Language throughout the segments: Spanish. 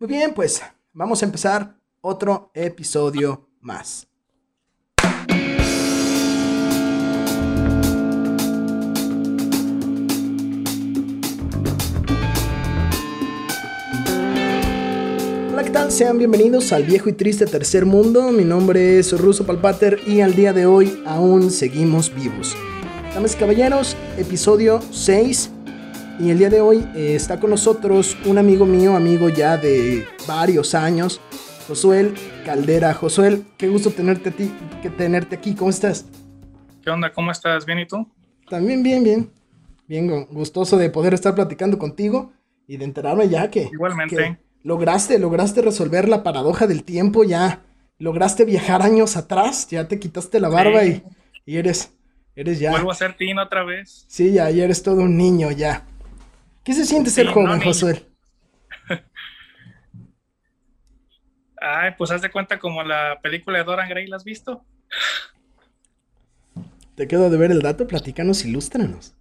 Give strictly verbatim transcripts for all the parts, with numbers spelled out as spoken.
Muy bien, pues vamos a empezar otro episodio más. Hola, ¿qué tal? Sean bienvenidos al viejo y triste tercer mundo. Mi nombre es Russo Palpater y al día de hoy aún seguimos vivos. Damas y caballeros, episodio seis. Y el día de hoy eh, está con nosotros un amigo mío, amigo ya de varios años, Josuel Caldera. Josuel, qué gusto tenerte, a ti, que tenerte aquí. ¿Cómo estás? ¿Qué onda? ¿Cómo estás? ¿Bien y tú? También bien, bien. Bien gustoso de poder estar platicando contigo y de enterarme ya que, que Igualmente. lograste, lograste resolver la paradoja del tiempo, ya lograste viajar años atrás, ya te quitaste la barba Sí, y, y eres, eres vuelvo ya, a ser teen otra vez. sí, ya, ya eres todo un niño ya. ¿Qué se siente ser Sí, no joven, niño. Josuel? Ay, pues haz de cuenta como la película de Dorian Gray, ¿la has visto? Te quedo de ver el dato, platícanos, ilústranos.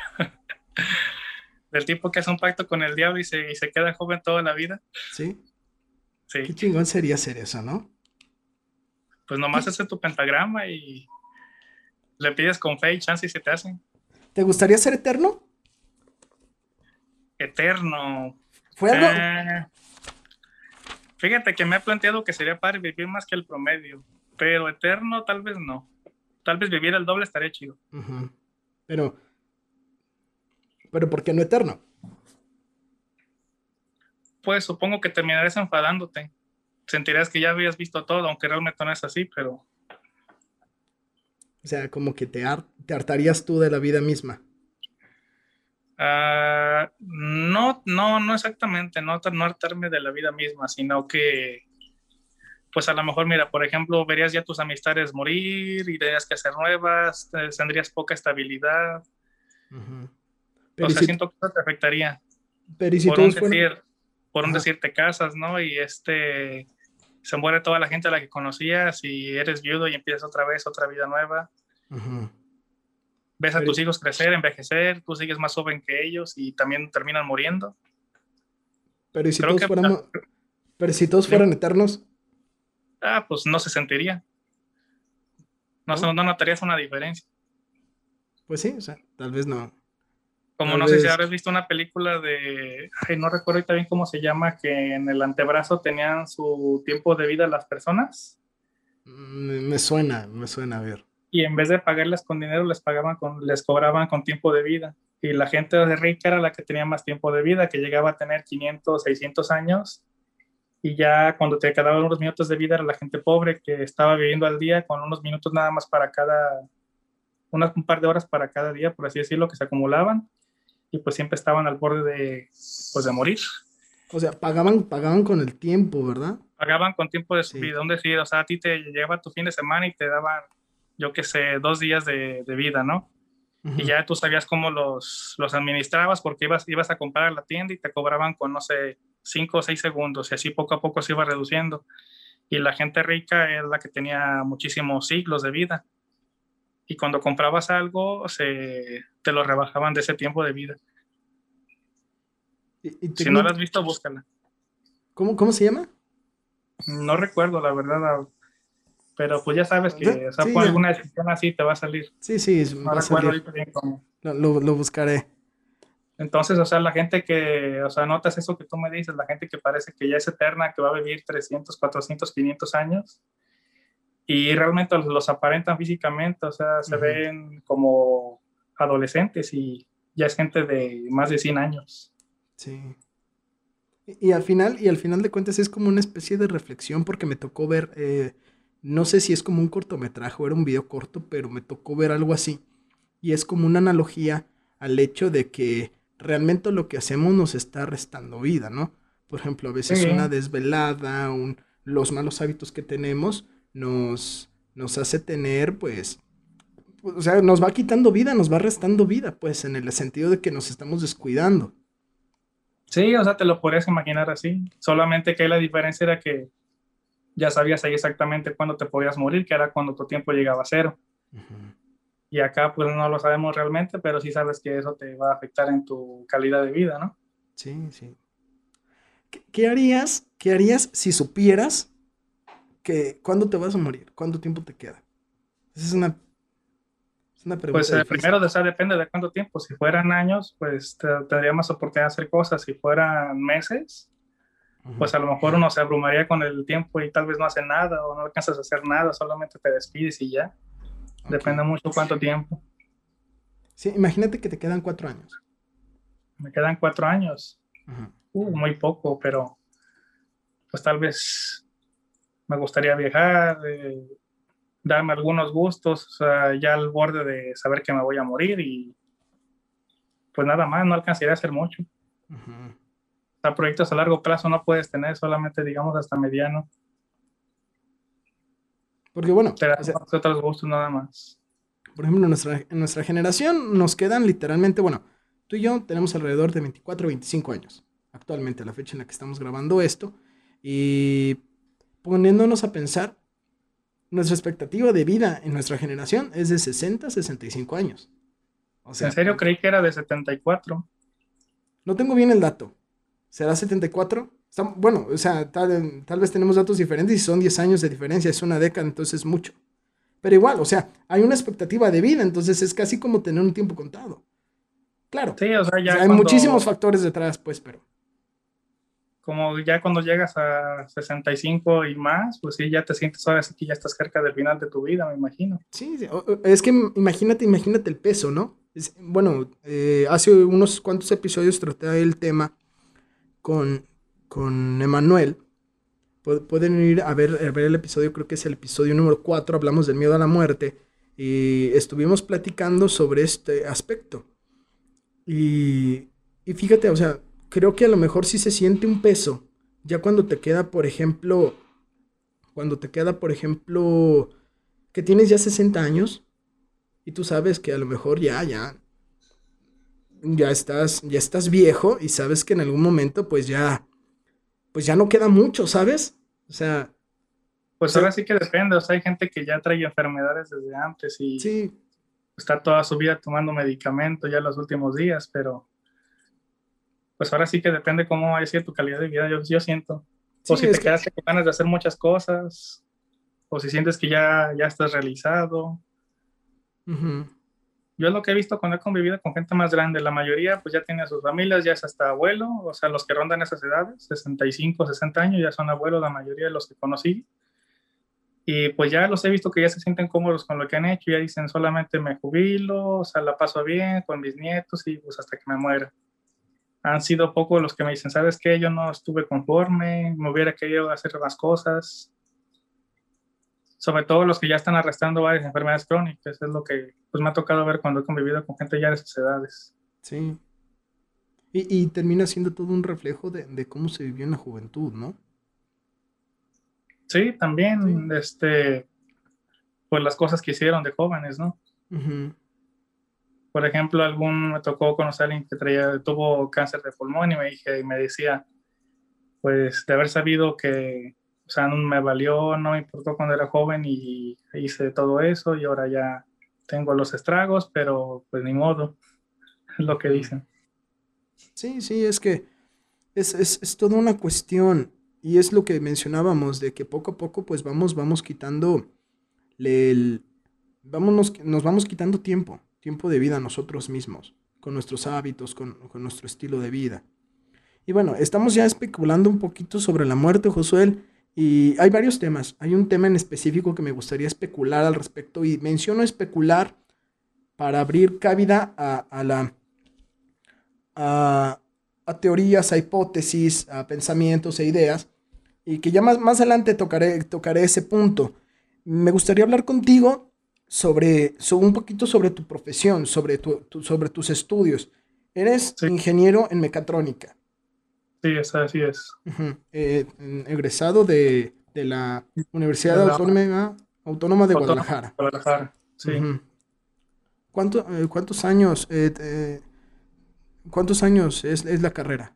Del tipo que hace un pacto con el diablo y se, y se queda joven toda la vida. ¿Sí? Qué Sí, chingón sería hacer eso, ¿no? pues nomás ¿Qué- hace tu pentagrama y le pides con fe y chance y se te hacen. ¿Te gustaría ser eterno? Eterno. Fue algo... Eh, Fíjate que me he planteado que sería padre vivir más que el promedio, pero eterno tal vez no. Tal vez vivir el doble estaría chido. Ujú. Pero, pero ¿por qué no eterno? Pues supongo que terminarías enfadándote. Sentirás que ya habías visto todo, aunque realmente no es así, pero O sea, como que te, har- te hartarías tú de la vida misma. uh, no, no, no exactamente, no, no hartarme de la vida misma, sino que, pues a lo mejor, mira, por ejemplo, verías ya tus amistades morir y tendrías que hacer nuevas, eh, tendrías poca estabilidad, Ujú. o Pero ¿y sea, si, siento que eso te afectaría. pero ¿y si Por un todos fueran... decir, por un Ajá. decir te casas, ¿no? Y este, se muere toda la gente a la que conocías y eres viudo y empiezas otra vez otra vida nueva. Ujú. Ves a Pero, tus hijos crecer, envejecer, tú sigues más joven que ellos y también terminan muriendo. pero ¿y si Creo todos que, fuéramos... Pero si todos dime, fueran eternos, ah, pues no se sentiría, no, ¿no? no notarías una diferencia. Pues sí, o sea, tal vez no. Como Tal no sé si vez habrás visto una película de, ay, no recuerdo ahorita bien cómo se llama, que en el antebrazo tenían su tiempo de vida las personas me, me suena, me suena a ver. y en vez de pagarles con dinero les pagaban con, les cobraban con tiempo de vida. Y la gente de rica era la que tenía más tiempo de vida, que llegaba a tener quinientos seiscientos años. Y ya cuando te quedaban unos minutos de vida era la gente pobre que estaba viviendo al día con unos minutos nada más para cada, unas, un par de horas para cada día, por así decirlo, que se acumulaban y pues siempre estaban al borde de, pues de morir. O sea, pagaban, pagaban con el tiempo, ¿verdad? Pagaban con tiempo de su Sí. vida, un decir, o sea, a ti te llegaba tu fin de semana y te daban, yo qué sé, dos días de, de vida, ¿no? Y Ujú. ya tú sabías cómo los, los administrabas porque ibas, ibas a comprar a la tienda y te cobraban con, no sé, cinco o seis segundos y así poco a poco se iba reduciendo. Y la gente rica era la que tenía muchísimos siglos de vida. Y cuando comprabas algo, se, te lo rebajaban de ese tiempo de vida. Y, y Si no la técnic- has visto, búscala. ¿Cómo, cómo se llama? No recuerdo, la verdad, pero pues ya sabes que, o sea, Sí, por ya. alguna decisión así te va a salir. Sí, sí, No va a recuerdo salir. ahorita bien cómo. Lo, lo, lo buscaré. Entonces, o sea, la gente que, o sea, notas eso que tú me dices, la gente que parece que ya es eterna, que va a vivir trescientos cuatrocientos quinientos años, y realmente los, los aparentan físicamente, o sea, se Ujú. ven como adolescentes y ya es gente de más de cien años. Sí. Y, y al final, y al final de cuentas es como una especie de reflexión porque me tocó ver, eh, no sé si es como un cortometraje o era un video corto, pero me tocó ver algo así. Y es como una analogía al hecho de que realmente lo que hacemos nos está restando vida, ¿no? Por ejemplo, a Sí, veces una desvelada, un, los malos hábitos que tenemos nos, nos hace tener, pues, o sea, nos va quitando vida, nos va restando vida, pues, en el sentido de que nos estamos descuidando. sí, o sea, te lo podrías imaginar así, solamente que la diferencia era que ya sabías ahí exactamente cuándo te podías morir, que era cuando tu tiempo llegaba a cero. Ujú. Y acá pues no lo sabemos realmente, pero sí sabes que eso te va a afectar en tu calidad de vida, ¿no? Sí, sí. ¿Qué, qué harías? ¿Qué harías si supieras que cuándo te vas a morir? ¿Cuánto tiempo te queda? Esa es una, es una pregunta Pues eh, difícil. primero, o sea, depende de cuánto tiempo. Si fueran años, pues te, tendría más oportunidad de hacer cosas. Si fueran meses, Ujú. pues a lo mejor uno se abrumaría con el tiempo y tal vez no hace nada o no alcanzas a hacer nada, solamente te despides y ya. Ok. Depende mucho cuánto tiempo. Sí, imagínate que te quedan cuatro años. Me quedan cuatro años. Ujú. Uh, muy poco, pero pues tal vez me gustaría viajar, eh, darme algunos gustos, o sea, ya al borde de saber que me voy a morir y pues nada más, no alcanzaría a hacer mucho. Ujú. O sea, proyectos a largo plazo no puedes tener, solamente digamos hasta mediano. Porque bueno, Te dan o sea, otros gustos nada más. por ejemplo, en nuestra, en nuestra generación nos quedan literalmente, bueno, tú y yo tenemos alrededor de veinticuatro o veinticinco años actualmente, a la fecha en la que estamos grabando esto. Y poniéndonos a pensar, nuestra expectativa de vida en nuestra generación es de sesenta a sesenta y cinco años. O En sea, serio creí que era de setenta y cuatro. no tengo bien el dato. ¿Será setenta y cuatro? Está, bueno, o sea, tal, tal vez tenemos datos diferentes y son diez años de diferencia, es una década, entonces es mucho. Pero igual, o sea, hay una expectativa de vida, entonces es casi como tener un tiempo contado. Claro, Sí, o sea, o sea, ya hay muchísimos cuando, factores detrás, pues, pero como ya cuando llegas a sesenta y cinco y más, pues sí, ya te sientes ahora sí que ya estás cerca del final de tu vida, me imagino. sí, sí, o- o- es que imagínate, imagínate el peso, ¿no? Es- bueno, eh, hace unos cuantos episodios traté el tema con, con Emanuel. Pu- Pueden ir a ver, a ver el episodio, creo que es el episodio número cuatro, hablamos del miedo a la muerte y estuvimos platicando sobre este aspecto. Y, y fíjate, o sea, creo que a lo mejor sí se siente un peso, ya cuando te queda, por ejemplo, cuando te queda, por ejemplo, que tienes ya sesenta años y tú sabes que a lo mejor ya, ya, ya estás, ya estás viejo y sabes que en algún momento pues ya, pues ya no queda mucho, ¿sabes? O sea, o Pues sea, ahora sí que depende, o sea, hay gente que ya trae enfermedades desde antes y sí, está toda su vida tomando medicamento ya los últimos días, pero pues ahora sí que depende cómo haya sido tu calidad de vida, yo, yo siento. O sí, si es te que, quedaste con ganas de hacer muchas cosas, o si sientes que ya, ya estás realizado. ujú, Yo es lo que he visto cuando he convivido con gente más grande, la mayoría pues ya tiene sus familias, ya es hasta abuelo, o sea, los que rondan esas edades, sesenta y cinco, sesenta años, ya son abuelos la mayoría de los que conocí. Y pues ya los he visto que ya se sienten cómodos con lo que han hecho, ya dicen solamente me jubilo, o sea, la paso bien con mis nietos y pues hasta que me muera. Han sido pocos los que me dicen, ¿sabes qué? Yo no estuve conforme, me hubiera querido hacer más cosas. Sobre todo los que ya están arrastrando varias enfermedades crónicas, es lo que pues me ha tocado ver cuando he convivido con gente ya de esas edades. sí. Y, y termina siendo todo un reflejo de, de cómo se vivió en la juventud, ¿no? Sí, Sí. también, este, pues las cosas que hicieron de jóvenes, ¿no? Ujú. Por ejemplo, algún, me tocó conocer a alguien que traía, tuvo cáncer de pulmón y me, dije, y me decía, pues de haber sabido que, o sea, no me valió, no me importó cuando era joven y hice todo eso y ahora ya tengo los estragos, pero pues ni modo, es lo que Ujú. dicen. Sí, sí, es que es, es, es toda una cuestión y es lo que mencionábamos de que poco a poco pues vamos, vamos quitando el, vámonos, nos vamos quitando tiempo, tiempo de vida a nosotros mismos, con nuestros hábitos, con, con nuestro estilo de vida. Y bueno, estamos ya especulando un poquito sobre la muerte, Josué, y hay varios temas. Hay un tema en específico que me gustaría especular al respecto y menciono especular para abrir cabida a, a la, a, a teorías, a hipótesis, a pensamientos e ideas, y que ya más, más adelante tocaré, tocaré ese punto. Me gustaría hablar contigo sobre, sobre un poquito sobre tu profesión, sobre, tu, tu, sobre tus estudios. Eres Sí, ingeniero en mecatrónica. sí, es, así es. Ujú. Eh, egresado de, de la Universidad De la Autónoma, Autónoma de Autónoma de Guadalajara. Guadalajara, sí. Ujú. ¿Cuánto, eh, ¿Cuántos años, eh, eh, cuántos años es, es la carrera?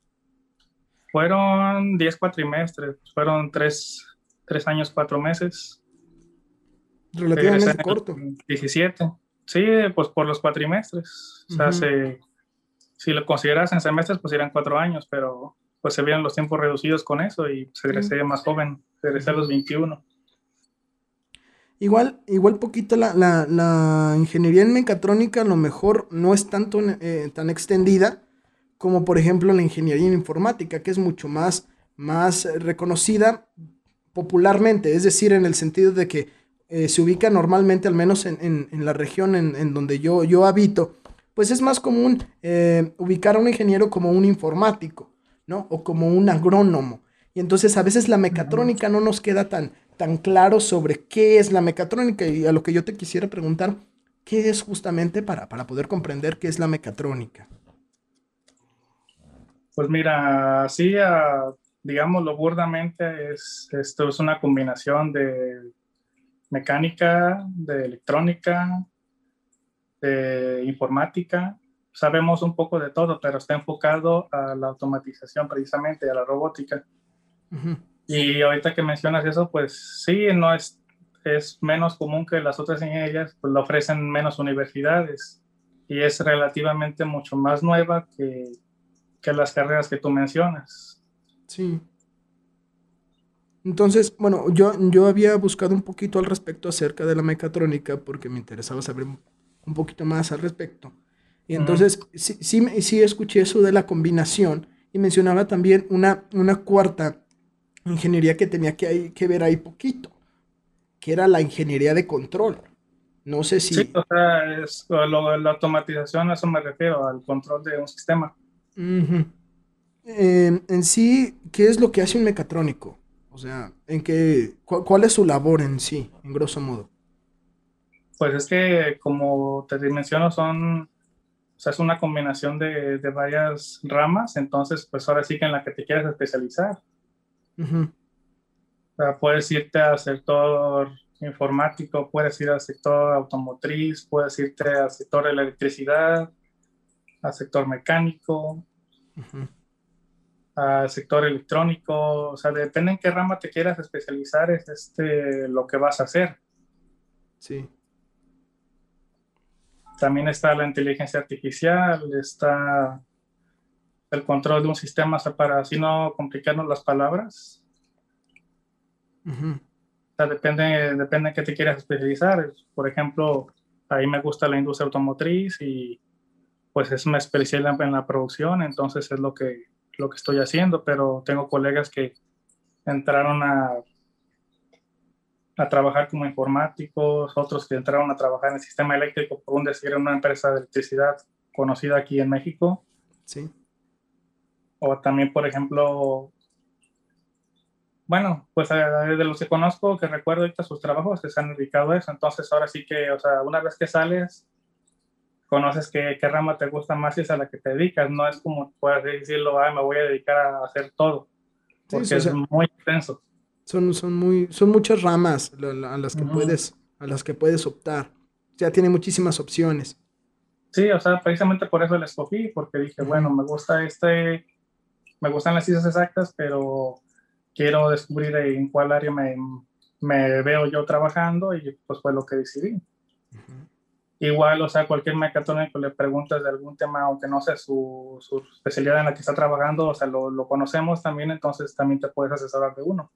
Fueron diez cuatrimestres, fueron tres, tres años, cuatro meses. Egresé Relativamente en corto. el diecisiete. Sí, pues por los cuatrimestres. O sea, Ujú. se, si lo consideras en semestres, pues irán cuatro años, pero pues se vieron los tiempos reducidos con eso y pues egresé más joven, egresé a los veintiuno. Igual, igual poquito la, la, la ingeniería en mecatrónica a lo mejor no es tanto eh, tan extendida como por ejemplo la ingeniería en informática, que es mucho más, más reconocida popularmente, es decir, en el sentido de que eh, se ubica normalmente, al menos en, en, en la región en, en donde yo, yo habito, pues es más común eh, ubicar a un ingeniero como un informático, ¿no? O como un agrónomo. Y entonces a veces la mecatrónica no nos queda tan, tan claro sobre qué es la mecatrónica y a lo que yo te quisiera preguntar, ¿qué es justamente para, para poder comprender qué es la mecatrónica? Pues mira, así, uh, digámoslo burdamente, es, esto es una combinación de mecánica, de electrónica, de informática. Sabemos un poco de todo, pero está enfocado a la automatización precisamente, a la robótica. Uh-huh. Y ahorita que mencionas eso, pues sí, no es, es menos común que las otras ingenierías, pues lo ofrecen menos universidades y es relativamente mucho más nueva que, que las carreras que tú mencionas. Sí. Entonces, bueno, yo, yo había buscado un poquito al respecto acerca de la mecatrónica porque me interesaba saber un poquito más al respecto. Y entonces, uh-huh. sí, sí, sí escuché eso de la combinación y mencionaba también una, una cuarta ingeniería que tenía que, hay, que ver ahí poquito, que era la ingeniería de control. No sé si... Sí, o sea, es, lo, la automatización, a eso me refiero, al control de un sistema. Uh-huh. Eh, en sí, ¿qué es lo que hace un mecatrónico? O sea, ¿en qué, cu- ¿cuál es su labor en sí, en grosso modo? Pues es que, como te menciono, son, o sea, es una combinación de, de varias ramas, entonces, pues ahora sí que en la que te quieres especializar. Uh-huh. O sea, puedes irte al sector informático, puedes ir al sector automotriz, puedes irte al sector de la electricidad, al sector mecánico, Uh-huh. al sector electrónico, o sea, depende en qué rama te quieras especializar, es este, lo que vas a hacer. Sí. También está la inteligencia artificial, está el control de un sistema, o sea, para así no complicarnos las palabras. Uh-huh. O sea, depende, depende en qué te quieras especializar. Por ejemplo, ahí me gusta la industria automotriz y pues es una especialidad en la producción, entonces es lo que, lo que estoy haciendo, pero tengo colegas que entraron a, a trabajar como informáticos, otros que entraron a trabajar en el sistema eléctrico, por un decir, en una empresa de electricidad conocida aquí en México. Sí. O también, por ejemplo, bueno, pues de los que conozco, que recuerdo ahorita sus trabajos, que se han dedicado a eso. Entonces, ahora sí que, o sea, una vez que sales, conoces qué, qué rama te gusta más y es a la que te dedicas. No es como puedes decirlo, ah, me voy a dedicar a hacer todo, Sí, porque sí, o es sea, muy extenso. son, son, muy, son muchas ramas la- la- a las que Uh-huh. puedes, a las que puedes optar. Ya tiene muchísimas opciones. Sí, o sea, precisamente por eso la escogí, porque dije, Uh-huh. bueno, me gusta este, me gustan las ciencias exactas, pero quiero descubrir en cuál área me, me veo yo trabajando y pues fue lo que decidí. Uh-huh. Igual, o sea, cualquier mecatrónico le preguntas de algún tema, aunque no sea su, su especialidad en la que está trabajando, o sea, lo, lo conocemos también, entonces también te puedes asesorar de uno.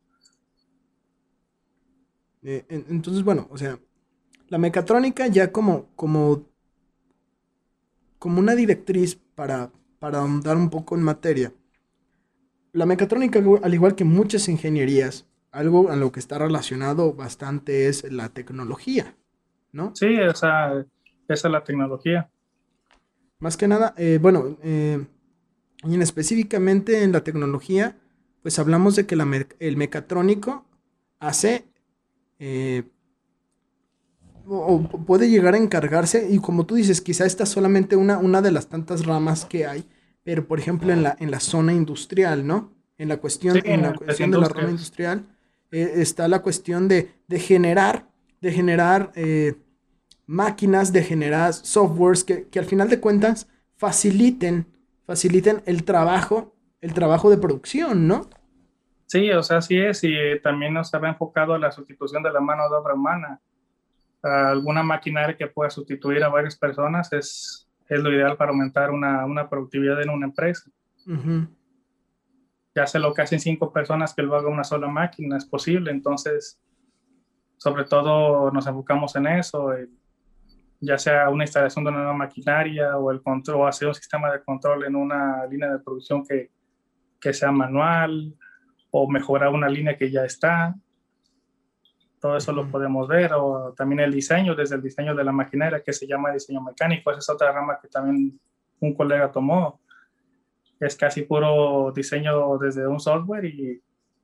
Eh, en- entonces, bueno, o sea, la mecatrónica ya como, como, como una directriz para, para ahondar un poco en materia. La mecatrónica, al igual que muchas ingenierías, algo a lo que está relacionado bastante es la tecnología, ¿no? Sí, o sea, esa es la tecnología. Más que nada, eh, bueno, eh, y en específicamente en la tecnología, pues hablamos de que la me- el mecatrónico hace eh, o, o puede llegar a encargarse, y como tú dices, quizá esta es solamente una, una de las tantas ramas que hay, pero por ejemplo en la, en la zona industrial, ¿no? En la Sí, cuestión, en la en las cuestión de la rama industrias. industrial eh, está la cuestión de, de generar, de generar eh, máquinas, de generar softwares que, que al final de cuentas faciliten, faciliten el trabajo, el trabajo de producción, ¿no? Sí, o sea, sí es, y también nos va enfocado a la sustitución de la mano de obra humana. A alguna maquinaria que pueda sustituir a varias personas es, es lo ideal para aumentar una, una productividad en una empresa. Uh -huh. ya se lo que hacen cinco personas que lo haga una sola máquina, es posible. Entonces, sobre todo nos enfocamos en eso, eh, ya sea una instalación de una nueva maquinaria o el control, o hacer un sistema de control en una línea de producción que, que sea manual, o mejorar una línea que ya está. Todo eso lo podemos ver, o también el diseño, desde el diseño de la maquinaria, que se llama diseño mecánico. Esa es otra rama que también un colega tomó. Es casi puro diseño desde un software, y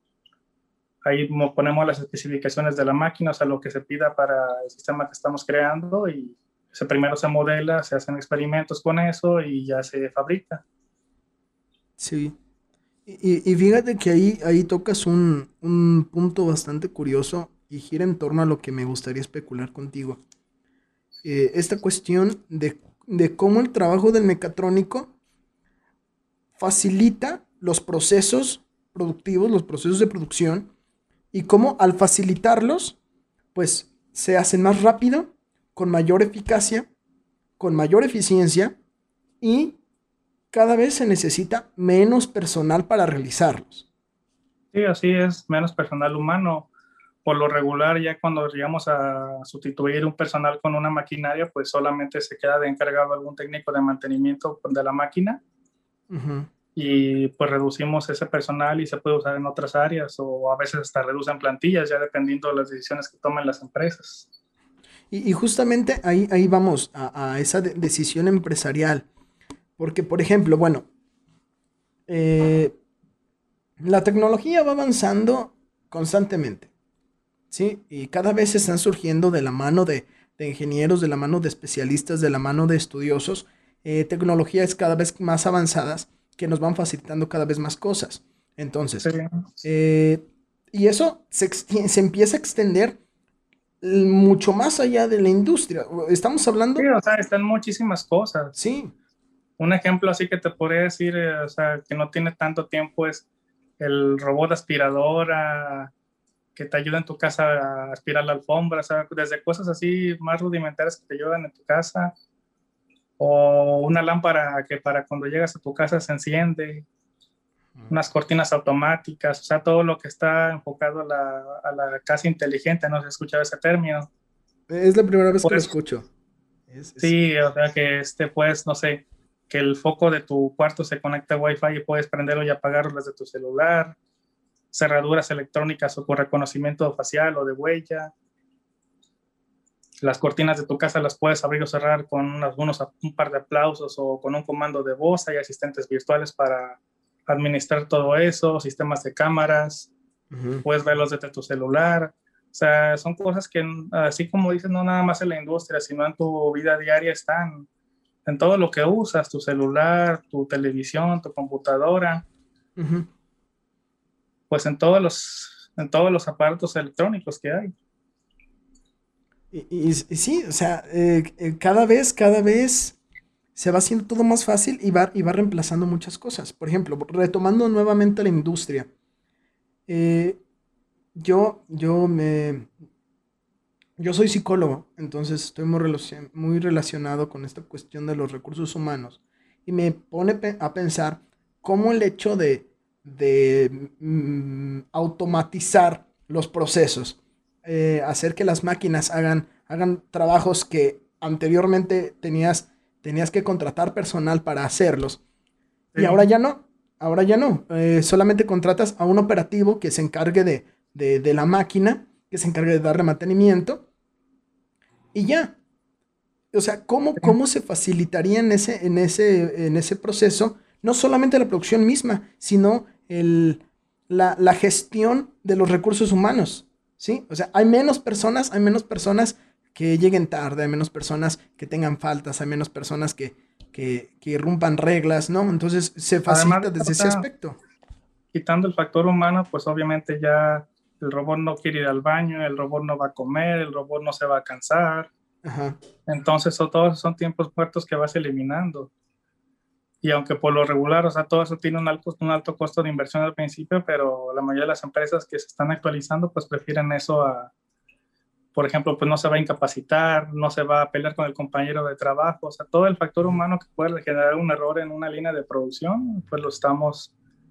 ahí ponemos las especificaciones de la máquina, o sea, lo que se pida para el sistema que estamos creando, y ese primero se modela, se hacen experimentos con eso y ya se fabrica. Sí. Y, y fíjate que ahí, ahí tocas un, un punto bastante curioso y gira en torno a lo que me gustaría especular contigo. Eh, esta cuestión de, de cómo el trabajo del mecatrónico facilita los procesos productivos, los procesos de producción, y cómo al facilitarlos, pues se hacen más rápido, con mayor eficacia, con mayor eficiencia, y cada vez se necesita menos personal para realizarlos. Sí, así es, menos personal humano. Por lo regular, ya cuando llegamos a sustituir un personal con una maquinaria, pues solamente se queda de encargado algún técnico de mantenimiento de la máquina. Uh-huh. Y pues reducimos ese personal y se puede usar en otras áreas, o a veces hasta reducen plantillas, ya dependiendo de las decisiones que tomen las empresas. Y, y justamente ahí, ahí vamos a, a esa de- decisión empresarial. Porque, por ejemplo, bueno, eh, la tecnología va avanzando constantemente, ¿sí? Y cada vez están surgiendo de la mano de, de ingenieros, de la mano de especialistas, de la mano de estudiosos, eh, tecnologías cada vez más avanzadas que nos van facilitando cada vez más cosas. Entonces, Sí. eh, y eso se, exti- se empieza a extender l- mucho más allá de la industria. Estamos Sí, hablando, o sea, están muchísimas cosas. sí, Un ejemplo así que te podría decir, eh, o sea, que no tiene tanto tiempo, es el robot aspiradora que te ayuda en tu casa a aspirar la alfombra, o sea, desde cosas así más rudimentarias que te ayudan en tu casa, o una lámpara que para cuando llegas a tu casa se enciende, unas cortinas automáticas, o sea, todo lo que está enfocado a la, a la casa inteligente. No sé si has escuchado ese término. es la primera vez que lo Pues escucho. Es, es- sí, o sea, que este, pues, no sé, que el foco de tu cuarto se conecta a Wi-Fi y puedes prenderlo y apagarlo desde tu celular, cerraduras electrónicas o con reconocimiento facial o de huella. Las cortinas de tu casa las puedes abrir o cerrar con unos, unos, un par de aplausos o con un comando de voz. Hay asistentes virtuales para administrar todo eso, sistemas de cámaras, Ujú. puedes verlos desde tu celular. O sea, son cosas que, así como dices, no nada más en la industria, sino en tu vida diaria están en todo lo que usas, tu celular, tu televisión, tu computadora, Ujú. pues en todos los, en todos los aparatos electrónicos que hay. Y, y- y sí, o sea, eh, eh, cada vez, cada vez se va haciendo todo más fácil y va, y va reemplazando muchas cosas. Por ejemplo, retomando nuevamente la industria. eh, yo, yo me, yo soy psicólogo, entonces estoy muy, relacion- muy relacionado con esta cuestión de los recursos humanos. Y me pone pe- a pensar cómo el hecho de, de mm, automatizar los procesos, eh, hacer que las máquinas hagan, hagan trabajos que anteriormente tenías, tenías que contratar personal para hacerlos. Sí, Y ahora ya no, ahora ya no. Eh, solamente contratas a un operativo que se encargue de, de, de la máquina, que se encargue de darle mantenimiento y ya. O sea, ¿cómo, cómo se facilitaría en ese, en ese, en ese proceso no solamente la producción misma, sino el, la, la gestión de los recursos humanos? ¿Sí? O sea, hay menos personas, hay menos personas que lleguen tarde, hay menos personas que tengan faltas, hay menos personas que, que, que irrumpan reglas, ¿no? Entonces se además, facilita desde o ese sea, aspecto. quitando el factor humano, pues obviamente ya el robot no quiere ir al baño, el robot no va a comer, el robot no se va a cansar. Ajá. Entonces, son, todos son tiempos muertos que vas eliminando. Y aunque por lo regular, o sea, todo eso tiene un alto, un alto costo de inversión al principio, pero la mayoría de las empresas que se están actualizando, pues prefieren eso a, por ejemplo, pues no se va a incapacitar, no se va a pelear con el compañero de trabajo. O sea, todo el factor humano que puede generar un error en una línea de producción, pues lo estamos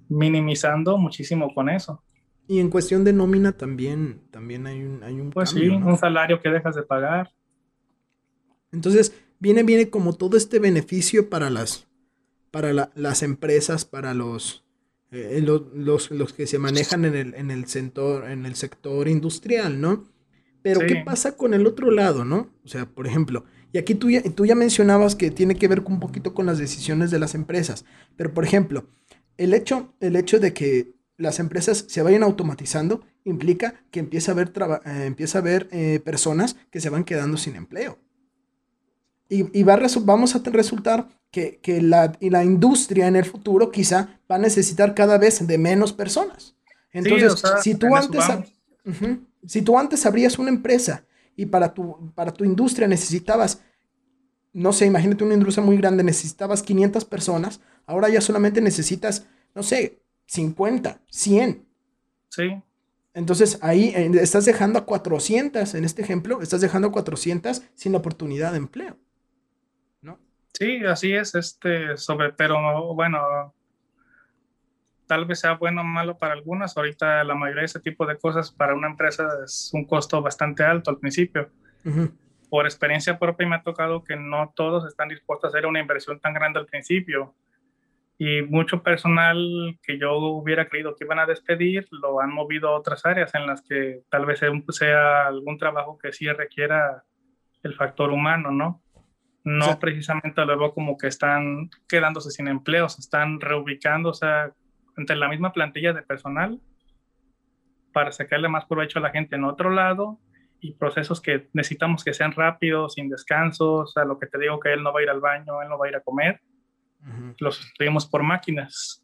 minimizando muchísimo con eso. Y en cuestión de nómina también, también hay un, hay un Pues cambio, sí, ¿no? un salario que dejas de pagar. Entonces, viene, viene como todo este beneficio para las, para la- las empresas, para los, eh, lo- los, los que se manejan en el, en el sector, en el sector industrial, ¿no? Pero, Sí, ¿qué pasa con el otro lado, no? O sea, por ejemplo, y aquí tú ya, tú ya mencionabas que tiene que ver con un poquito con las decisiones de las empresas, pero, por ejemplo, el hecho, el hecho de que las empresas se vayan automatizando implica que empieza a haber, traba- eh, empieza a haber eh, personas que se van quedando sin empleo. Y, y va a resu- vamos a te- resultar que, que la, y la industria en el futuro quizá va a necesitar cada vez de menos personas. sí, o Entonces, sea, si tú en eso antes, ab- vamos. ujú, si tú antes abrías una empresa y para tu, para tu industria necesitabas, no sé, imagínate una industria muy grande, necesitabas quinientas personas, ahora ya solamente necesitas, no sé, cincuenta, cien. Sí, Entonces ahí eh, estás dejando a cuatrocientas, en este ejemplo, estás dejando a cuatrocientas sin la oportunidad de empleo, ¿no? sí, así es, este, sobre, pero bueno, tal vez sea bueno o malo para algunas. Ahorita la mayoría de ese tipo de cosas para una empresa es un costo bastante alto al principio. Ujú. Por experiencia propia me ha tocado que no todos están dispuestos a hacer una inversión tan grande al principio. Y mucho personal que yo hubiera creído que iban a despedir lo han movido a otras áreas en las que tal vez sea algún trabajo que sí requiera el factor humano, ¿no? O No sea, precisamente lo veo como que están quedándose sin empleo, se están reubicando, o sea, entre la misma plantilla de personal para sacarle más provecho a la gente en otro lado y procesos que necesitamos que sean rápidos, sin descansos, o sea, lo que te digo que él no va a ir al baño, él no va a ir a comer, ujú. lo sustituimos por máquinas.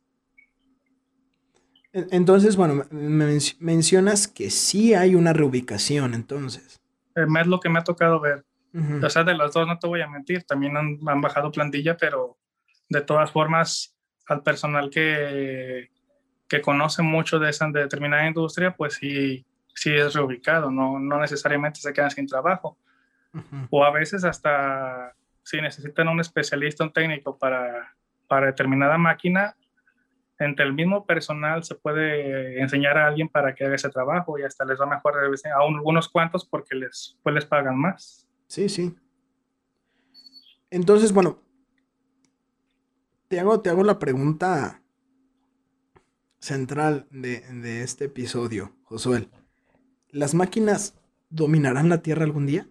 En- Entonces, bueno, me men- mencionas que sí hay una reubicación, entonces. Eh, Es lo que me ha tocado ver. Ujú, O sea, de las dos no te voy a mentir, también han, han bajado plantilla, pero de todas formas, al personal que, que conoce mucho de esa de determinada industria, pues sí, sí es reubicado, no, no necesariamente se quedan sin trabajo. ujú. O a veces hasta si necesitan un especialista, un técnico para, para determinada máquina, entre el mismo personal se puede enseñar a alguien para que haga ese trabajo y hasta les va mejor a algunos cuantos porque les, pues les pagan más. Sí, sí. Entonces, bueno, te hago, te hago la pregunta central de, de este episodio, Josuel. ¿Las máquinas dominarán la Tierra algún día?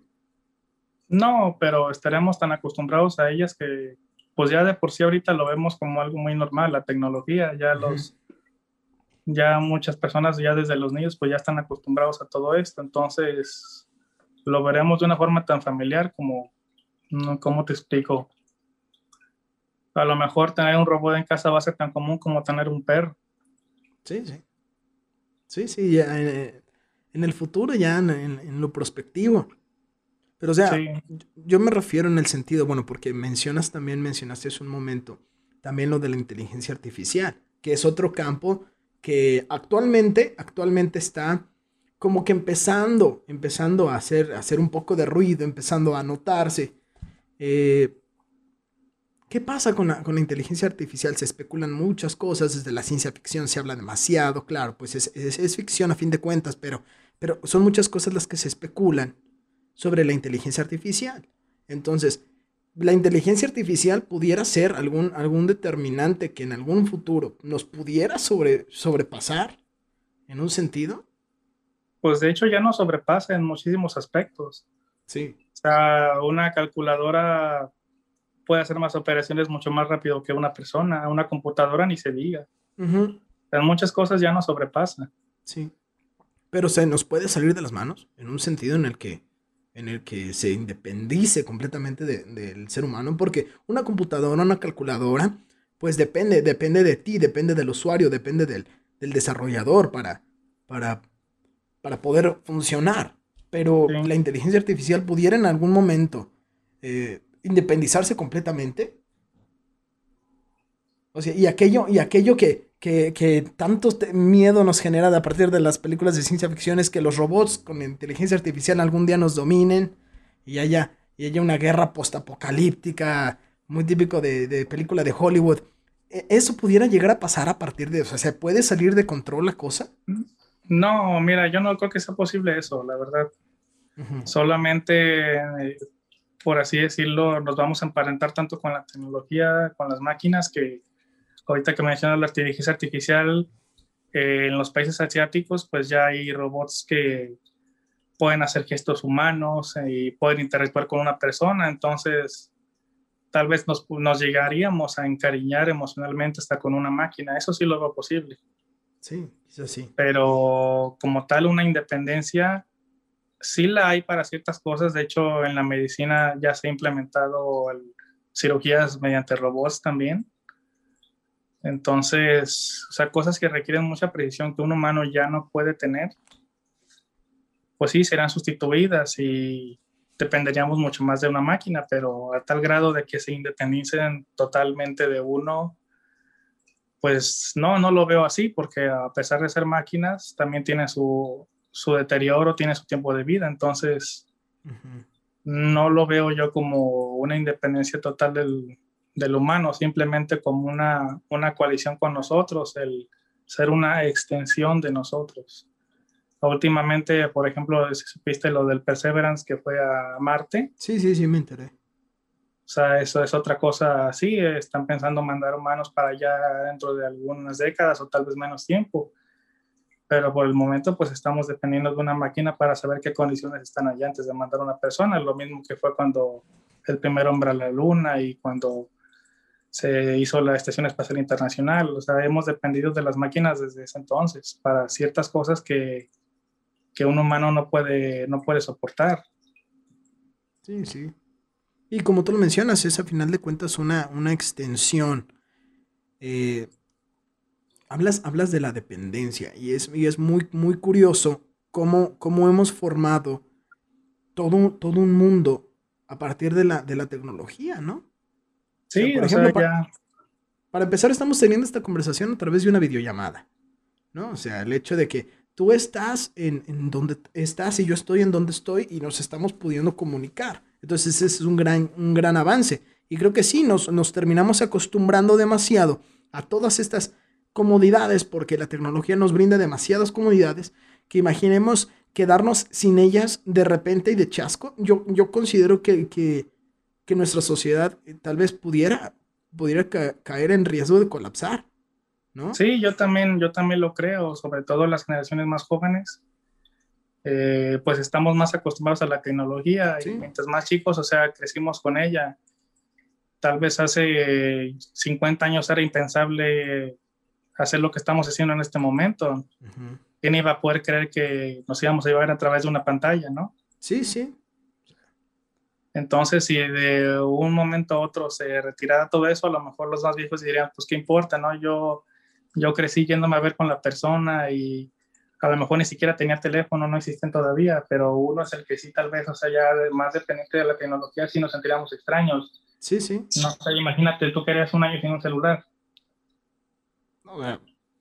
No, pero estaremos tan acostumbrados a ellas que pues ya de por sí ahorita lo vemos como algo muy normal, la tecnología, ya Ujú. los, ya muchas personas ya desde los niños pues ya están acostumbrados a todo esto, entonces lo veremos de una forma tan familiar como, no, ¿cómo te explico? A lo mejor tener un robot en casa va a ser tan común como tener un perro. Sí, sí. Sí, sí, ya, eh, en el futuro, ya en, en- en lo prospectivo. Pero, o sea, Sí, yo me refiero en el sentido, bueno, porque mencionas también, mencionaste hace un momento, también lo de la inteligencia artificial, que es otro campo que actualmente, actualmente está como que empezando, empezando a hacer, a hacer un poco de ruido, empezando a notarse. Eh, ¿Qué pasa con la, con la inteligencia artificial? Se especulan muchas cosas, desde la ciencia ficción se habla demasiado, claro, pues es, es- es ficción a fin de cuentas, pero, pero son muchas cosas las que se especulan sobre la inteligencia artificial. Entonces, la inteligencia artificial pudiera ser algún, algún determinante que en algún futuro nos pudiera sobre, sobrepasar en un sentido. pues de hecho ya nos sobrepasa en muchísimos aspectos. Sí. O sea, una calculadora puede hacer más operaciones mucho más rápido que una persona, una computadora ni se diga. Ujú, En muchas cosas ya nos sobrepasa. sí. Pero se nos puede salir de las manos en un sentido en el que, en el que se independice completamente de- del ser humano, porque una computadora, una calculadora, pues depende, depende de ti, depende del usuario, depende del, del desarrollador para, para, para poder funcionar. Sí. Pero la inteligencia artificial pudiera en algún momento eh, independizarse completamente. O sea, y aquello, y aquello que, que, que tanto te- miedo nos genera a partir de las películas de ciencia ficción es que los robots con inteligencia artificial algún día nos dominen y haya, y haya una guerra postapocalíptica, muy típico de, de película de Hollywood. ¿eso pudiera llegar a pasar a partir de eso? O sea, ¿se puede salir de control la cosa? No, mira, yo no creo que sea posible eso, la verdad. Uh-huh. Solamente, eh, por así decirlo, nos vamos a emparentar tanto con la tecnología, con las máquinas, que ahorita que mencionas la inteligencia artificial, eh, en los países asiáticos, pues ya hay robots que pueden hacer gestos humanos eh, y pueden interactuar con una persona, entonces tal vez nos, nos llegaríamos a encariñar emocionalmente hasta con una máquina, eso sí lo veo posible. Sí, eso sí. Pero como tal una independencia sí la hay para ciertas cosas. De hecho, en la medicina ya se ha implementado el, cirugías mediante robots también. Entonces, o sea, cosas que requieren mucha precisión que un humano ya no puede tener, pues sí, serán sustituidas y dependeríamos mucho más de una máquina, pero a tal grado de que se independicen totalmente de uno, pues no, no lo veo así, porque a pesar de ser máquinas, también tienen su, su deterioro, tiene su tiempo de vida, entonces uh-huh. no lo veo yo como una independencia total del, del humano, simplemente como una, una coalición con nosotros, el ser una extensión de nosotros. Últimamente, por ejemplo, si supiste lo del Perseverance que fue a Marte. Sí, sí, sí, me enteré. O sea, eso es otra cosa así, están pensando mandar humanos para allá dentro de algunas décadas o tal vez menos tiempo, pero por el momento pues estamos dependiendo de una máquina para saber qué condiciones están allá antes de mandar a una persona, lo mismo que fue cuando el primer hombre a la luna y cuando se hizo la Estación Espacial Internacional. O sea, hemos dependido de las máquinas desde ese entonces para ciertas cosas que, que un humano no puede, no puede soportar. Sí, sí. Y como tú lo mencionas, es a final de cuentas una, una extensión. Eh, hablas, hablas de la dependencia y es, y es muy, muy curioso cómo, cómo hemos formado todo, todo un mundo a partir de la, de la tecnología, ¿no? Sí, o sea, por o ejemplo, sea, ya... para, para empezar estamos teniendo esta conversación a través de una videollamada, ¿no? O sea, el hecho de que tú estás en, en donde estás y yo estoy en donde estoy y nos estamos pudiendo comunicar. Entonces ese es un gran, un gran avance. Y creo que sí, nos, nos terminamos acostumbrando demasiado a todas estas comodidades porque la tecnología nos brinda demasiadas comodidades que imaginemos quedarnos sin ellas de repente y de chasco. Yo, yo considero que, que, que nuestra sociedad tal vez pudiera, pudiera ca- caer en riesgo de colapsar, ¿no? Sí, yo también, yo también lo creo, sobre todo las generaciones más jóvenes. Eh, pues estamos más acostumbrados a la tecnología y sí. Mientras más chicos, o sea, crecimos con ella. Tal vez hace cincuenta años era impensable hacer lo que estamos haciendo en este momento. Uh-huh. ¿Quién iba a poder creer que nos íbamos a llevar a través de una pantalla, no? Sí, sí. Entonces, si de un momento a otro se retirara todo eso, a lo mejor los más viejos dirían, pues, ¿qué importa, no? Yo, yo crecí yéndome a ver con la persona y a lo mejor ni siquiera tenía teléfono, no existen todavía, pero uno es el que sí, tal vez, o sea, ya más dependiente de la tecnología, sí nos sentiríamos extraños. Sí, sí. No, o sea, imagínate, tú querías un año sin un celular. No, bueno.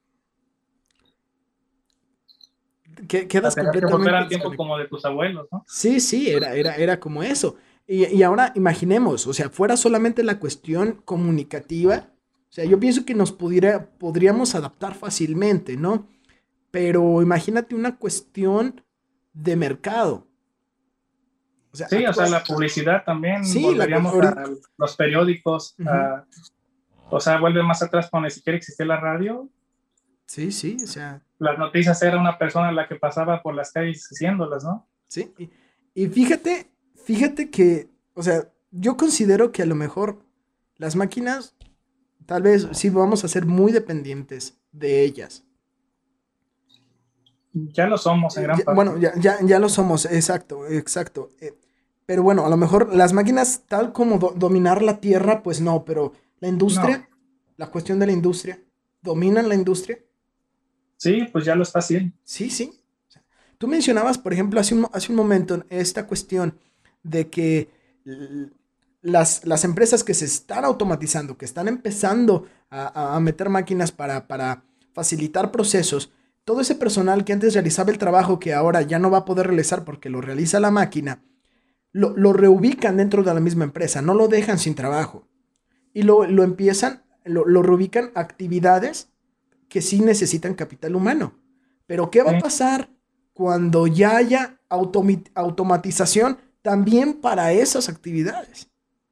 Quedas o sea, completamente... que volver al tiempo como de tus abuelos, ¿no? Sí, sí, era, era, era como eso. Y, y ahora imaginemos, o sea, fuera solamente la cuestión comunicativa, o sea, yo pienso que nos pudiera, podríamos adaptar fácilmente, ¿no? Pero imagínate una cuestión de mercado. O sea, sí, o sea, la publicidad también, sí, volveríamos la, a los periódicos, uh-huh. a, o sea, vuelve más atrás cuando ni siquiera existía la radio. Sí, sí, o sea... Las noticias era una persona la que pasaba por las calles diciéndolas, ¿no? Sí, y, y fíjate, fíjate que, o sea, yo considero que a lo mejor las máquinas, tal vez sí vamos a ser muy dependientes de ellas. Ya lo somos en gran ya, parte. Bueno, ya, ya, ya lo somos, exacto, exacto. Eh, pero bueno, a lo mejor las máquinas tal como do, dominar la tierra, pues no, pero la industria, no. La cuestión de la industria, ¿dominan la industria? Sí, pues ya lo está haciendo. Sí, sí. O sea, tú mencionabas, por ejemplo, hace un, hace un momento esta cuestión de que las, las empresas que se están automatizando, que están empezando a, a meter máquinas para, para facilitar procesos, todo ese personal que antes realizaba el trabajo que ahora ya no va a poder realizar porque lo realiza la máquina, lo, lo reubican dentro de la misma empresa, no lo dejan sin trabajo y lo, lo empiezan lo, lo reubican actividades que sí necesitan capital humano. Pero ¿qué va a pasar cuando ya haya automi- automatización también para esas actividades?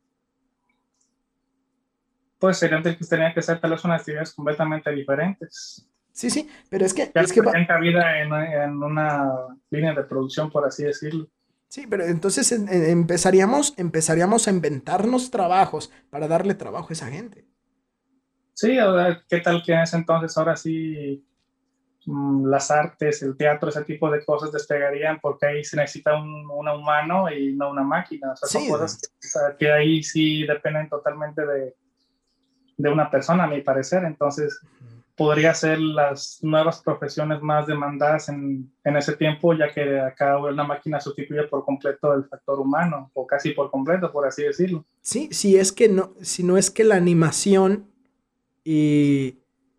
Pues serían que tendrían que ser tal vez unas actividades completamente diferentes. Sí, sí, pero es que, Ya es que no va, tendrían cabida en, en una línea de producción, por así decirlo. sí, pero entonces en- en- empezaríamos, empezaríamos a inventarnos trabajos para darle trabajo a esa gente. Sí, o sea, ¿qué tal que en ese entonces ahora sí mm, las artes, el teatro, ese tipo de cosas despegarían porque ahí se necesita un, un humano y no una máquina? O sea, son Sí, cosas que, o sea, que ahí sí dependen totalmente de, de una persona, a mi parecer. Entonces, podría ser las nuevas profesiones más demandadas en, en ese tiempo, ya que acá una máquina sustituye por completo el factor humano, o casi por completo, por así decirlo. sí, si es que no, si no es que la animación y,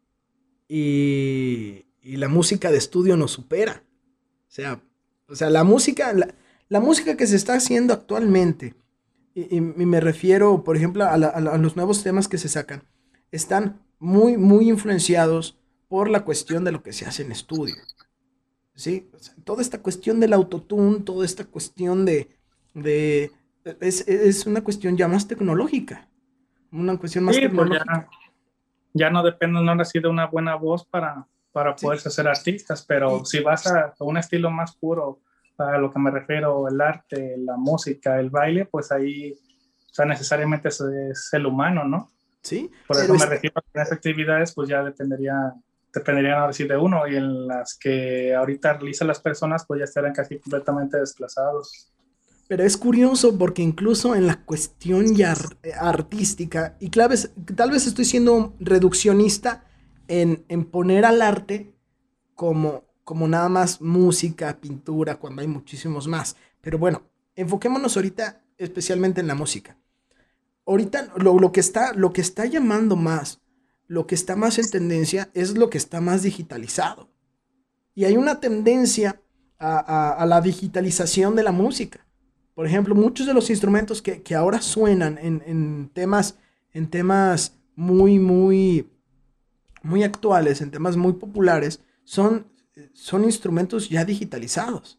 y, y la música de estudio nos supera. O sea, o sea la música, la, la música que se está haciendo actualmente, y, y- y me refiero, por ejemplo, a, la- a la- a los nuevos temas que se sacan, están muy, muy influenciados por la cuestión de lo que se hace en estudio. ¿Sí? O sea, toda esta cuestión del autotune, toda esta cuestión de, de es, es una cuestión ya más tecnológica, una cuestión más Sí, pues tecnológica. ya, ya no depende, no necesita una buena voz para, para Sí, poderse ser artistas, pero y, si vas a, a un estilo más puro, a lo que me refiero, el arte, la música, el baile, pues ahí, o sea, necesariamente es, es el humano, ¿no? sí, Por pero eso me está, refiero a que en esas actividades, pues ya dependería, dependerían ahora sí de uno, y en las que ahorita realizan las personas, pues ya estarán casi completamente desplazados. pero es curioso porque incluso en la cuestión ya ar- artística, y claves, tal vez estoy siendo reduccionista en, en poner al arte como, como nada más música, pintura, cuando hay muchísimos más. Pero bueno, enfoquémonos ahorita especialmente en la música. Ahorita lo, lo que está, lo que está llamando más, lo que está más en tendencia es lo que está más digitalizado. Y hay una tendencia a, a- a la digitalización de la música. Por ejemplo, muchos de los instrumentos que, que ahora suenan en, en temas, en temas muy, muy, muy actuales, en temas muy populares, son, son instrumentos ya digitalizados.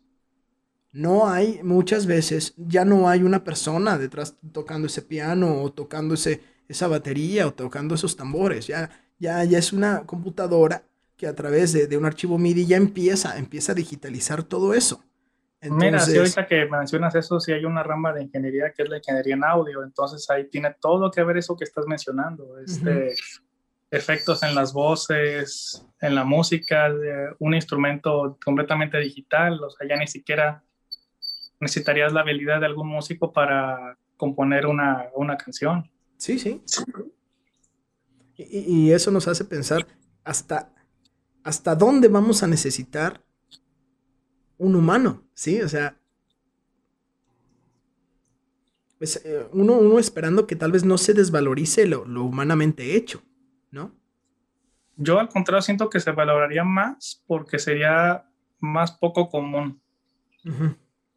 No hay, muchas veces, ya no hay una persona detrás tocando ese piano o tocando ese, esa batería o tocando esos tambores. Ya, ya, ya es una computadora que a través de, de un archivo MIDI ya empieza, empieza a digitalizar todo eso. Mira, sí, Entonces, ahorita que mencionas eso, sí hay una rama de ingeniería que es la ingeniería en audio, entonces ahí tiene todo que ver eso que estás mencionando, ujú, este, efectos en las voces, en la música, de un instrumento completamente digital, o sea, ya ni siquiera necesitarías la habilidad de algún músico para componer una, una canción. sí, sí. Y, y- y eso nos hace pensar hasta, hasta dónde vamos a necesitar un humano, ¿sí? O sea, pues, eh, uno, uno esperando que tal vez no se desvalorice lo, lo humanamente hecho, ¿no? Yo al contrario siento que se valoraría más porque sería más poco común. Ujú.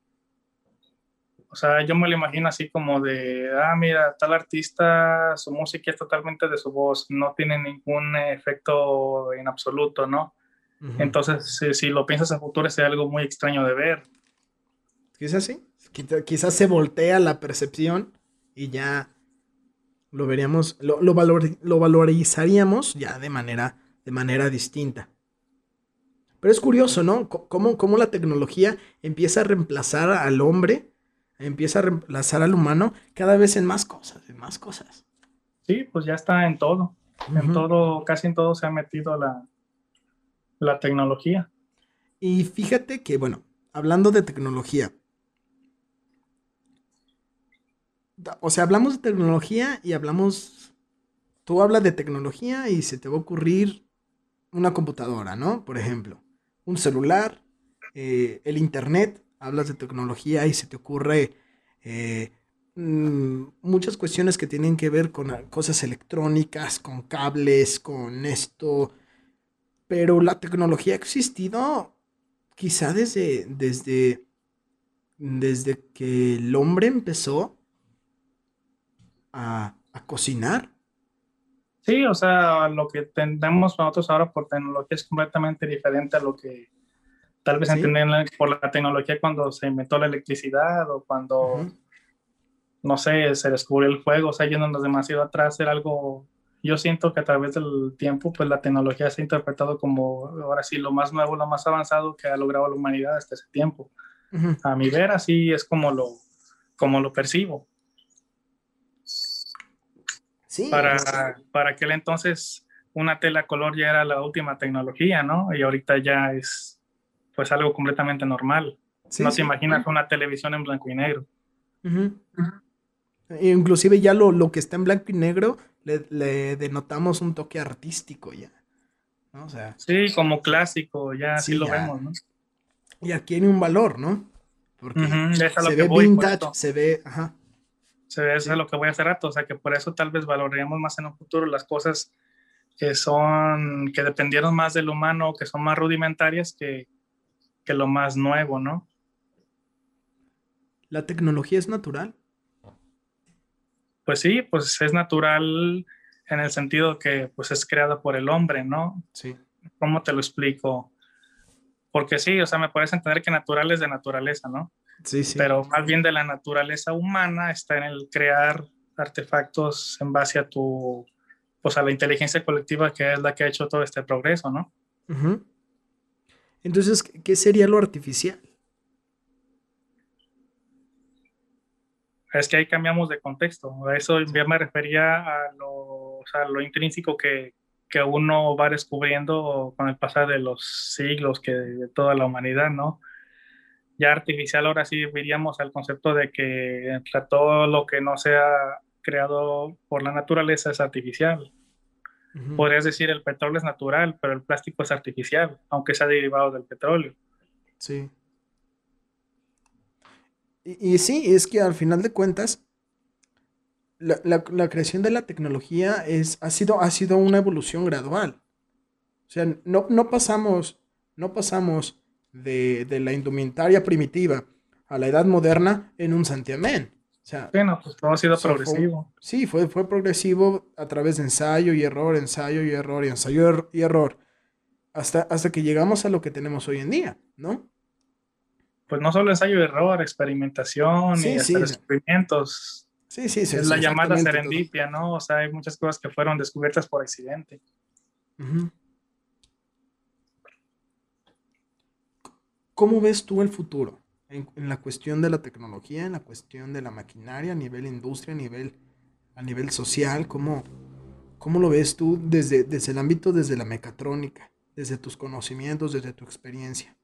O sea, yo me lo imagino así como de, ah, mira, tal artista, su música es totalmente de su voz, no tiene ningún efecto en absoluto, ¿no? Ujú. Entonces, si, si lo piensas a futuro, es algo muy extraño de ver. Quizás sí. Quizá- Quizás se voltea la percepción y ya lo veríamos, lo, lo, valor- lo valorizaríamos ya de manera, de manera distinta. Pero es curioso, ¿no? C- Cómo, cómo la tecnología empieza a reemplazar al hombre, empieza a reemplazar al humano cada vez en más cosas, en más cosas. Sí, pues ya está en todo. En Ujú. todo, casi en todo se ha metido la, la tecnología. Y fíjate que, bueno, hablando de tecnología, da- o sea, hablamos de tecnología y hablamos, tú hablas de tecnología y se te va a ocurrir una computadora, ¿no? Por ejemplo, un celular, eh, el internet, hablas de tecnología y se te ocurre eh, mm, muchas cuestiones que tienen que ver con ah, cosas electrónicas, con cables, con esto, pero la tecnología ha existido quizá desde, desde, desde que el hombre empezó a, a cocinar. Sí, o sea, lo que tenemos nosotros ahora por tecnología es completamente diferente a lo que tal vez ¿Sí? entendían por la tecnología cuando se inventó la electricidad o cuando, Ujú. no sé, se descubrió el fuego, o sea, yéndonos demasiado atrás, era algo, yo siento que a través del tiempo, pues la tecnología se ha interpretado como, ahora sí, lo más nuevo, lo más avanzado que ha logrado la humanidad hasta ese tiempo. Ujú. A mi ver, así es como lo, como lo percibo. Sí, Para, o sea, para aquel entonces, una tela a color ya era la última tecnología, ¿no? Y ahorita ya es, pues, algo completamente normal. sí, No te sí. imaginas una televisión en blanco y negro. Ujú. E inclusive ya lo, lo que está en blanco y negro le, le denotamos un toque artístico ya, ¿no? O sea, Sí, como clásico, ya así sí, lo ya, vemos, ¿no? ya tiene un valor, ¿no? Porque Ujú, es a se lo que ve voy, por vintage, eso. se ve, ajá, Se ve, eso es sí. lo que voy a hacer rato. O sea, que por eso tal vez valoraríamos más en un futuro las cosas que son, que dependieron más del humano, que son más rudimentarias que, que lo más nuevo, ¿no? La tecnología es natural. Pues sí, pues es natural en el sentido que pues es creada por el hombre, ¿no? Sí, ¿Cómo te lo explico? Porque sí, o sea, me puedes entender que natural es de naturaleza, ¿no? sí, sí. Pero más bien de la naturaleza humana está en el crear artefactos en base a tu, pues a la inteligencia colectiva que es la que ha hecho todo este progreso, ¿no? Ujú. Entonces, ¿qué sería lo artificial? Es que ahí cambiamos de contexto. A eso Sí. ya me refería a lo, o sea, lo intrínseco que, que uno va descubriendo con el pasar de los siglos, que de toda la humanidad, ¿no? Ya artificial ahora sí iríamos al concepto de que entre todo lo que no sea creado por la naturaleza es artificial. Ujú. Podrías decir el petróleo es natural, pero el plástico es artificial, aunque sea derivado del petróleo. Sí. Y, y sí, es que al final de cuentas, la, la- la creación de la tecnología es, ha sido, ha sido una evolución gradual. O sea, no, no pasamos, no pasamos de, de la indumentaria primitiva a la edad moderna en un santiamén. O sea, Bueno, pues todo ha o sido sea, fue, progresivo. sí, fue, fue progresivo a través de ensayo y error, ensayo y error y ensayo er- y error, hasta, hasta que llegamos a lo que tenemos hoy en día, ¿no? Pues no solo ensayo y error, experimentación y Sí, hasta sí, descubrimientos. sí, sí, sí, Es sí, la llamada exactamente todo. serendipia, ¿no? O sea, hay muchas cosas que fueron descubiertas por accidente. Ujú. ¿Cómo ves tú el futuro en, en la cuestión de la tecnología, en la cuestión de la maquinaria, a nivel industria, a nivel, a nivel social? ¿Cómo, cómo lo ves tú desde, desde el ámbito, desde la mecatrónica, desde tus conocimientos, desde tu experiencia?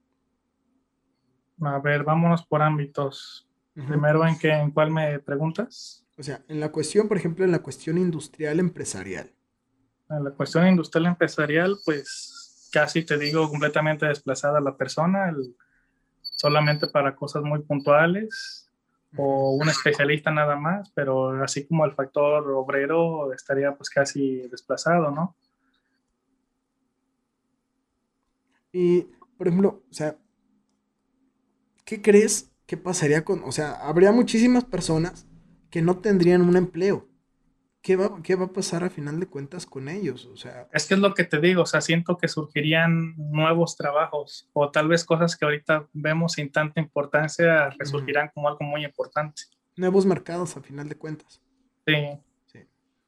A ver, vámonos por ámbitos. Ujú. Primero, ¿en qué, en cuál me preguntas? O sea, en la cuestión, por ejemplo, en la cuestión industrial empresarial. En la cuestión industrial empresarial, pues casi te digo completamente desplazada la persona, el- solamente para cosas muy puntuales Ujú. o un especialista nada más, pero así como el factor obrero estaría pues casi desplazado, ¿no? Y, por ejemplo, o sea, ¿qué crees que pasaría con, o sea, habría muchísimas personas que no tendrían un empleo? ¿Qué va, qué va a pasar a final de cuentas con ellos? O sea, Es que es lo que te digo, o sea, siento que surgirían nuevos trabajos o tal vez cosas que ahorita vemos sin tanta importancia ujú, resurgirán como algo muy importante. nuevos mercados a final de cuentas. Sí, Sí,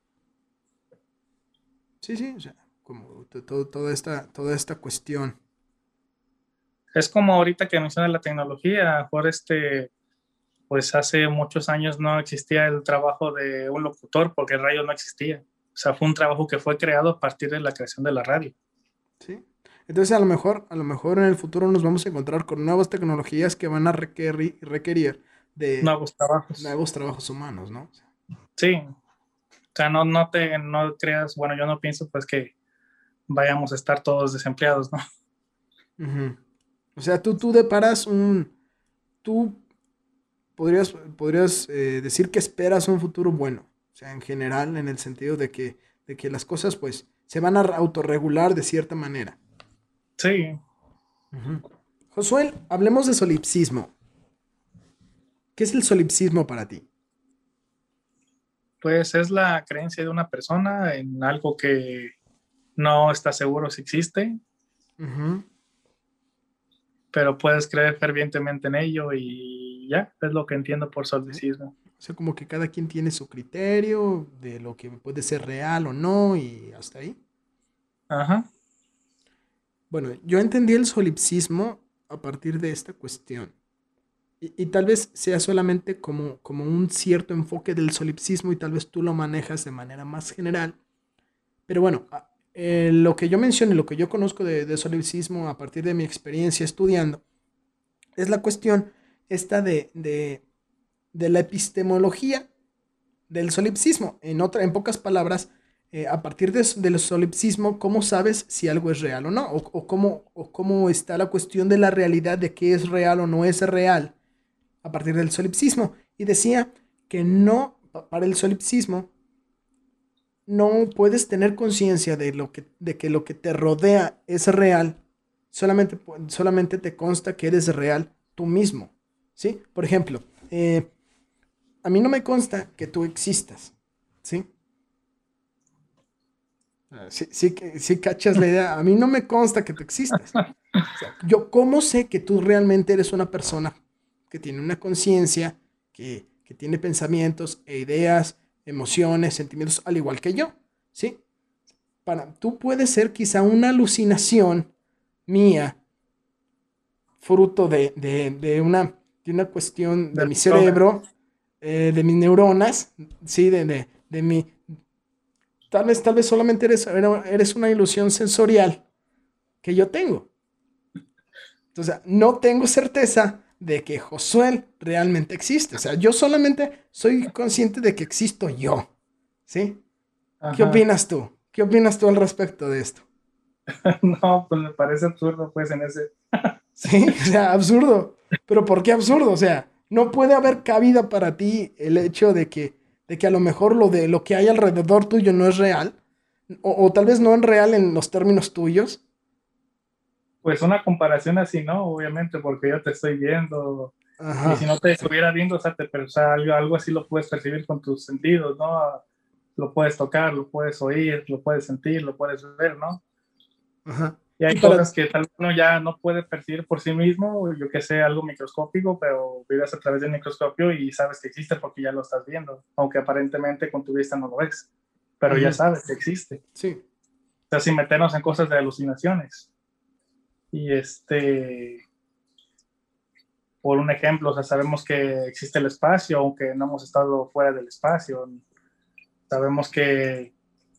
sí, sí, o sea, como to- todo, toda, esta, toda esta cuestión. es como ahorita que menciona la tecnología, por este, pues hace muchos años no existía el trabajo de un locutor porque el radio no existía. O sea, fue un trabajo que fue creado a partir de la creación de la radio. ¿Sí? Entonces a lo mejor, a lo mejor en el futuro nos vamos a encontrar con nuevas tecnologías que van a requerir, requerir de Nuevos trabajos. nuevos trabajos humanos, ¿no? O sea, Sí, o sea, no, no te no creas, bueno, yo no pienso pues que vayamos a estar todos desempleados, ¿no? ujú. O sea, tú, tú deparas un, tú podrías, podrías eh, decir que esperas un futuro bueno. O sea, en general, en el sentido de que, de que las cosas pues se van a autorregular de cierta manera. Sí, Ujú. Josué, hablemos de solipsismo. ¿Qué es el solipsismo para ti? Pues es la creencia de una persona en algo que no está seguro si existe, Ujú. pero puedes creer fervientemente en ello y ya, es lo que entiendo por ¿Sí? solipsismo. O sea, como que cada quien tiene su criterio de lo que puede ser real o no y hasta ahí. Ajá, Bueno, yo entendí el solipsismo a partir de esta cuestión. Y, y tal vez sea solamente como, como un cierto enfoque del solipsismo y tal vez tú lo manejas de manera más general. Pero bueno, a- eh, lo que yo mencioné, lo que yo conozco de, de solipsismo a partir de mi experiencia estudiando, es la cuestión esta de, de, de la epistemología del solipsismo. En, otra, en pocas palabras, eh, a partir de, del solipsismo, ¿cómo sabes si algo es real o no? O, o, cómo, o cómo está la cuestión de la realidad, de qué es real o no es real a partir del solipsismo. Y decía que no, para el solipsismo, no puedes tener conciencia de, lo que, de que lo que te rodea es real, solamente, solamente te consta que eres real tú mismo. ¿Sí? Por ejemplo, eh, a mí no me consta que tú existas. ¿Sí? Ah, Sí, sí, que- sí cachas la idea. A mí no me consta que tú existas. O sea, yo cómo sé que tú realmente eres una persona que tiene una conciencia, que, que tiene pensamientos e ideas, emociones, sentimientos, al igual que yo, ¿sí? Para, tú puedes ser quizá una alucinación mía, fruto de, de, de una, de una cuestión de del mi yoga. cerebro, eh, de mis neuronas, ¿sí? De, de, de mi... Tal vez, tal vez solamente eres, eres una ilusión sensorial que yo tengo. Entonces, no tengo certeza de que Josué realmente existe. O sea, yo solamente soy consciente de que existo yo. ¿Sí? ¿Qué Ajá. opinas tú? ¿Qué opinas tú al respecto de esto? No, pues me parece absurdo, pues en ese. ¿Sí? O sea, absurdo. Pero ¿por qué absurdo? O sea, no puede haber cabida para ti el hecho de que, de que a lo mejor lo, de, lo que hay alrededor tuyo no es real. O, o tal vez no es real en los términos tuyos. Pues una comparación así, ¿no? Obviamente, porque yo te estoy viendo. Y si Ajá. no te estuviera viendo, o sea, te, o sea, algo, algo así lo puedes percibir con tus sentidos, ¿no? Lo puedes tocar, lo puedes oír, lo puedes sentir, lo puedes ver, ¿no? Ajá. Y Y hay para... cosas que tal vez uno ya no puede percibir por sí mismo, yo que sé, algo microscópico, pero vives a través del microscopio y sabes que existe porque ya lo estás viendo, aunque aparentemente con tu vista no lo ves, pero ya Ujú. sabes que existe. Sí. O sea, sin meternos en cosas de alucinaciones. Y este, por un ejemplo, o sea, sabemos que existe el espacio, aunque no hemos estado fuera del espacio. Sabemos que,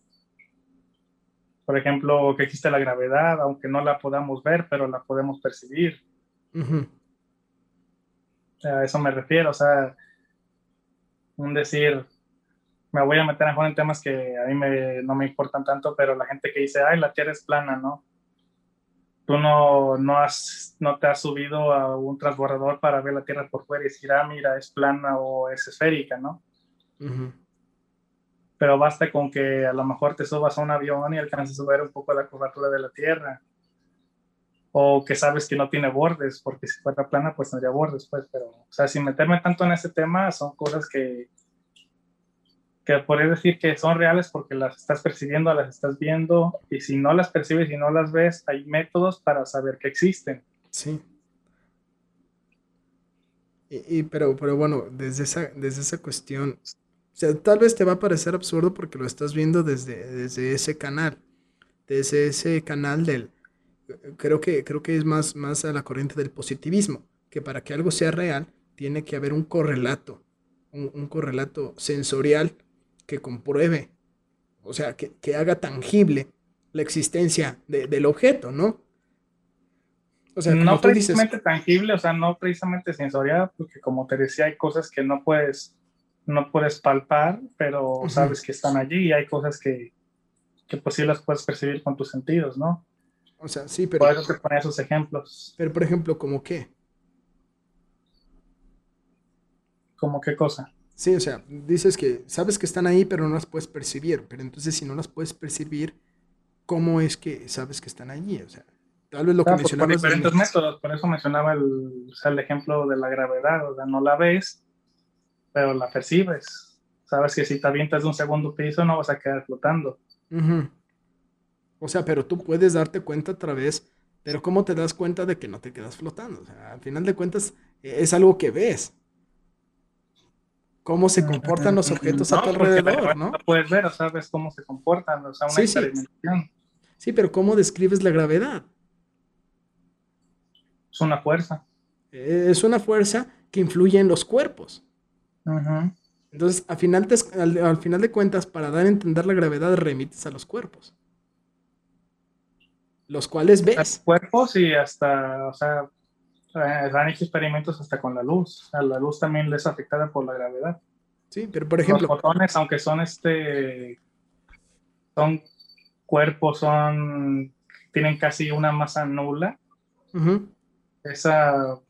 por ejemplo, que existe la gravedad, aunque no la podamos ver, pero la podemos percibir. Ujú. A eso me refiero, o sea, un decir, me voy a meter mejor en temas que a mí me, no me importan tanto, pero la gente que dice, ay, la Tierra es plana, ¿no? Tú no, no, has, no te has subido a un transbordador para ver la Tierra por fuera y decir, ah, mira, es plana o es esférica, ¿no? Ujú. Pero basta con que a lo mejor te subas a un avión y alcances a ver un poco la curvatura de la Tierra, o que sabes que no tiene bordes, porque si fuera plana, pues tendría bordes, pues, pero, o sea, sin meterme tanto en ese tema, son cosas que, que podría decir que son reales porque las estás percibiendo, las estás viendo, y si no las percibes y no las ves, hay métodos para saber que existen. Sí. Y, y- pero, pero bueno, desde esa, desde esa cuestión, o sea, tal vez te va a parecer absurdo porque lo estás viendo desde, desde ese canal, desde ese canal del, creo que, creo que es más, más a la corriente del positivismo, que para que algo sea real tiene que haber un correlato, un, un correlato sensorial que compruebe, o sea, que, que haga tangible la existencia de- del objeto, ¿no? O sea, como No tú dices, precisamente tangible, o sea, no precisamente sensorial, porque como te decía, hay cosas que no puedes, no puedes palpar, pero ujú, sabes que están allí, y hay cosas que, que pues sí las puedes percibir con tus sentidos, ¿no? o sea, sí, Por pero, eso te ponía esos ejemplos. pero por ejemplo, ¿como qué? ¿Como qué cosa? Sí, o sea, dices que sabes que están ahí, pero no las puedes percibir. Pero entonces, si no las puedes percibir, ¿cómo es que sabes que están allí? O sea, tal vez lo que Ah, pues por mencionabas del... diferentes mi- métodos, por eso mencionaba el, o sea, el ejemplo de la gravedad, o sea, no la ves, pero la percibes. O Sabes que si te avientas de un segundo piso no vas a quedar flotando. Ujú. O sea, pero tú puedes darte cuenta a través, pero ¿cómo te das cuenta de que no te quedas flotando? O sea, al final de cuentas eh, es algo que ves, cómo se comportan los Mm, objetos a No, tu porque la alrededor, gravedad lo ¿no? puedes ver, o sabes cómo se comportan, o sea, una Sí, sí, experimentación. sí, pero ¿cómo describes la gravedad? Es una fuerza. Eh, Es una fuerza que influye en los cuerpos. Ujú. Entonces, al final, te- al, al final de cuentas, para dar a entender la gravedad, remites a los cuerpos, los cuales A ves. cuerpos y hasta, o sea, eh, han hecho experimentos hasta con la luz. A la luz también es afectada por la gravedad. Sí, pero por Los ejemplo, fotones, aunque son este, son cuerpos, son, tienen casi una masa nula, ujú, esa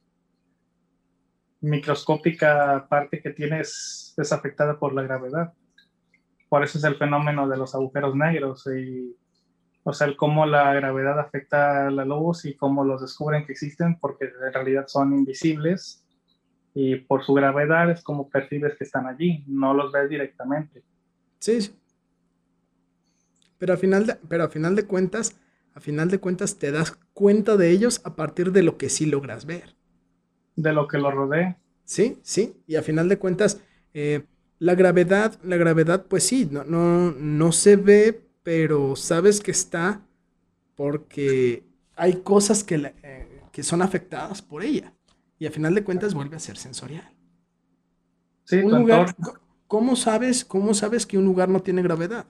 microscópica parte que tienes es afectada por la gravedad. Por eso es el fenómeno de los agujeros negros y, o sea, el cómo la gravedad afecta a la luz y cómo los descubren que existen, porque en realidad son invisibles y por su gravedad es como percibes que están allí, no los ves directamente. sí, sí. Pero a final de, pero a final de cuentas, a final de cuentas te das cuenta de ellos a partir de lo que sí logras ver. De lo que los rodea. Sí, sí. Y a final de cuentas, eh, la gravedad, la gravedad, pues sí, no, no, no se ve, pero sabes que está porque hay cosas que, la- eh, que son afectadas por ella. Y a final de cuentas vuelve a ser sensorial. Sí, Un tu lugar, entorno, co- ¿cómo sabes, cómo sabes que un lugar no tiene gravedad?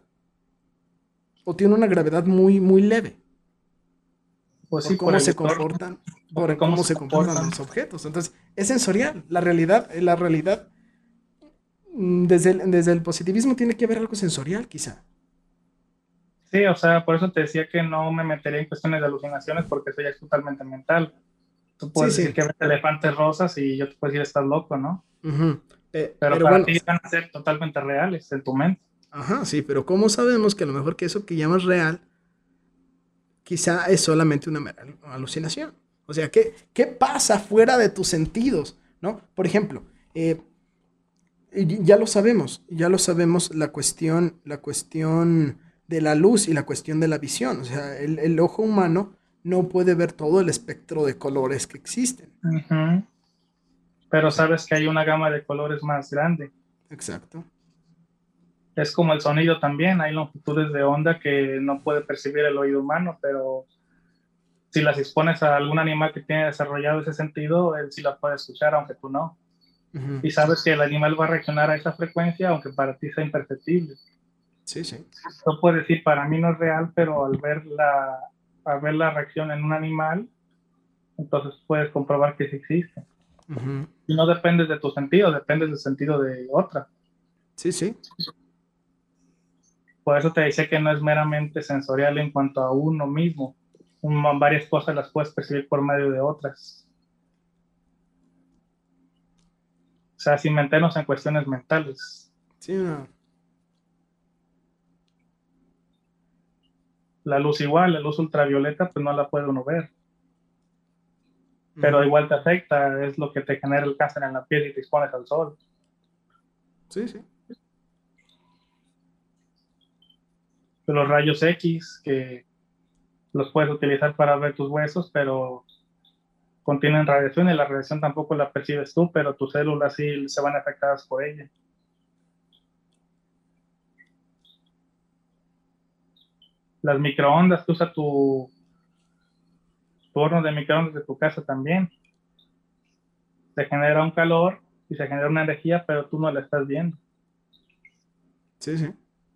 O tiene una gravedad muy, muy leve. pues Por sí, por cómo el se entorno, comportan, por por cómo cómo se se comportan comportan. los objetos. Entonces, es sensorial. La realidad, la realidad, mm, desde el, desde el positivismo tiene que haber algo sensorial, quizá. Sí, o sea, por eso te decía que no me metería en cuestiones de alucinaciones porque eso ya es totalmente mental. Tú Sí, puedes decir sí. que ves elefantes rosas y yo te puedo decir estás loco, ¿no? Ujú. Pe- Pero pero para bueno, ti van a ser totalmente reales en tu mente. ajá, sí, pero ¿cómo sabemos que a lo mejor que eso que llamas real, quizá es solamente una mera alucinación? O sea, ¿qué, qué pasa fuera de tus sentidos? ¿No? Por ejemplo, eh, y ya lo sabemos, ya lo sabemos la cuestión, la cuestión de la luz y la cuestión de la visión. O sea, el, el ojo humano no puede ver todo el espectro de colores que existen. Ujú. O Pero sea, sabes que hay una gama de colores más grande. exacto. Es como el sonido también, hay longitudes de onda que no puede percibir el oído humano, pero si las expones a algún animal que tiene desarrollado ese sentido, él sí la puede escuchar, aunque tú no. Ujú. Y sabes que el animal va a reaccionar a esa frecuencia, aunque para ti sea imperceptible. Sí, sí. No puedes decir, para mí no es real, pero al ver la, al ver la reacción en un animal, entonces puedes comprobar que sí existe. Ujú. Y no dependes de tu sentido, dependes del sentido de otra. Sí, sí. Por eso te decía que no es meramente sensorial en cuanto a uno mismo. Un- varias cosas las puedes percibir por medio de otras. O sea, sin meternos en cuestiones mentales. Sí, no. La luz igual, la luz ultravioleta, pues no la puede uno ver, pero Ujú. igual te afecta, es lo que te genera el cáncer en la piel y te expones al sol. Sí, sí. Los rayos X, que los puedes utilizar para ver tus huesos, pero contienen radiación y la radiación tampoco la percibes tú, pero tus células sí se van afectadas por ella. Las microondas que usa tu, tu horno de microondas de tu casa también, se genera un calor y se genera una energía, pero tú no la estás viendo. Sí, sí.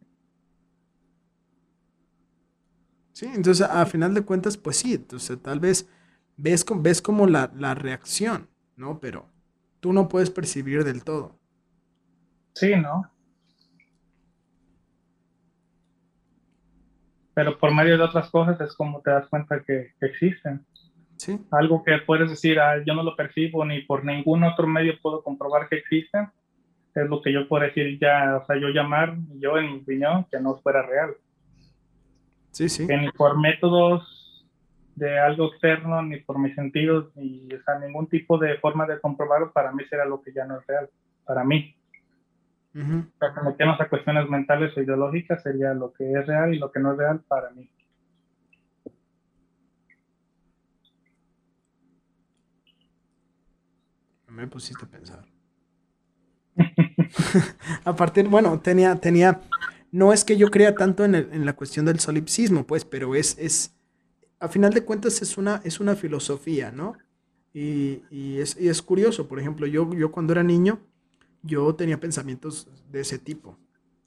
Sí, entonces a final de cuentas, pues sí, entonces tal vez ves, co- ves como la, la reacción, ¿no? Pero tú no puedes percibir del todo. Sí, ¿no? Pero por medio de otras cosas es como te das cuenta que, que existen. Sí. Algo que puedes decir, ah, yo no lo percibo ni por ningún otro medio puedo comprobar que existen, es lo que yo puedo decir ya, o sea, yo llamar, yo en mi opinión, que no fuera real. Sí, sí. Que ni por métodos de algo externo, ni por mis sentidos, ni o sea, ningún tipo de forma de comprobarlo, para mí será lo que ya no es real, para mí. Ujú. O sea, que meternos a cuestiones mentales o ideológicas sería lo que es real y lo que no es real para mí. Me pusiste a pensar. A partir, bueno, tenía, tenía, no es que yo crea tanto en, el- en la cuestión del solipsismo, pues, pero es, es, a final de cuentas es una, es una filosofía, ¿no? Y, y es, y es curioso, por ejemplo, yo, yo cuando era niño, yo tenía pensamientos de ese tipo.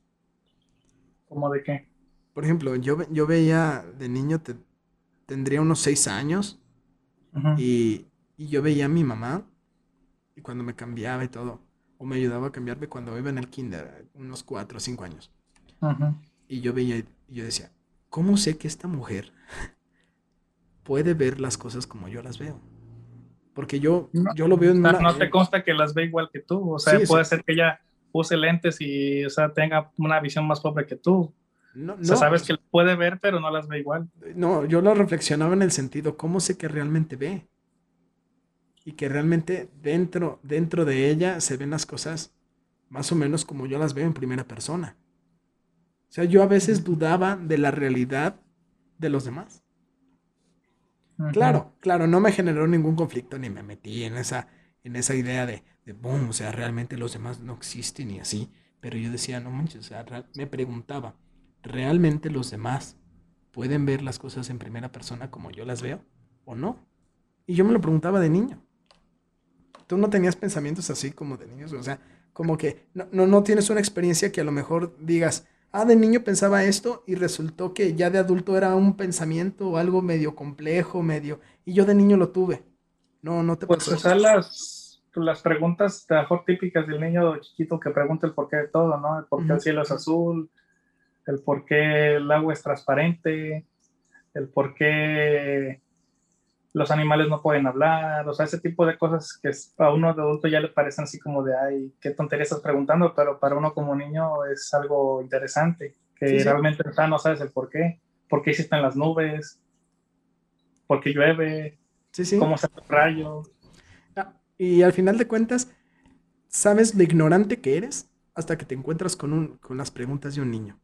¿Cómo de qué? Por ejemplo, yo, ve- yo veía de niño, te- tendría unos seis años, Ujú, y, y yo veía a mi mamá, y cuando me cambiaba y todo, o me ayudaba a cambiarme cuando iba en el kinder, unos cuatro o cinco años. ujú. Y yo veía, y yo decía, ¿cómo sé que esta mujer puede ver las cosas como yo las veo? Porque yo, No, yo lo veo o en sea, una... no te en- consta que las ve igual que tú. O sea, sí, o sea, puede ser que ella use lentes y, o sea, tenga una visión más pobre que tú. O no, sea, no, o sabes que sea, las puede ver, pero no las ve igual. no, yo lo reflexionaba en el sentido, ¿cómo sé que realmente ve? Y que realmente dentro, dentro de ella se ven las cosas más o menos como yo las veo en primera persona. O sea, yo a veces dudaba de la realidad de los demás. Ujú. Claro, claro, no me generó ningún conflicto ni me metí en esa, en esa idea de, de boom, o sea, realmente los demás no existen y así. Pero yo decía, no manches, o sea, real- me preguntaba, ¿realmente los demás pueden ver las cosas en primera persona como yo las veo o no? Y yo me lo preguntaba de niño. Tú no tenías pensamientos así como de niños, o sea, como que no, no, no tienes una experiencia que a lo mejor digas, ah, de niño pensaba esto y resultó que ya de adulto era un pensamiento o algo medio complejo, medio, y yo de niño lo tuve. No, no te Pues, pasó o eso. sea, las, las preguntas de mejor típicas del niño chiquito que pregunta el porqué de todo, ¿no? El por qué el Ujú. cielo es azul, el por qué el agua es transparente, el por qué los animales no pueden hablar, o sea, ese tipo de cosas que a uno de adulto ya le parecen así como de, ay, qué tontería estás preguntando, pero para uno como niño es algo interesante, Sí, que sí, realmente o no sabes el por qué, por qué existen las nubes, por qué llueve, sí, sí. cómo sale el rayo. Ah, y al final de cuentas, sabes lo ignorante que eres hasta que te encuentras con, un, con las preguntas de un niño.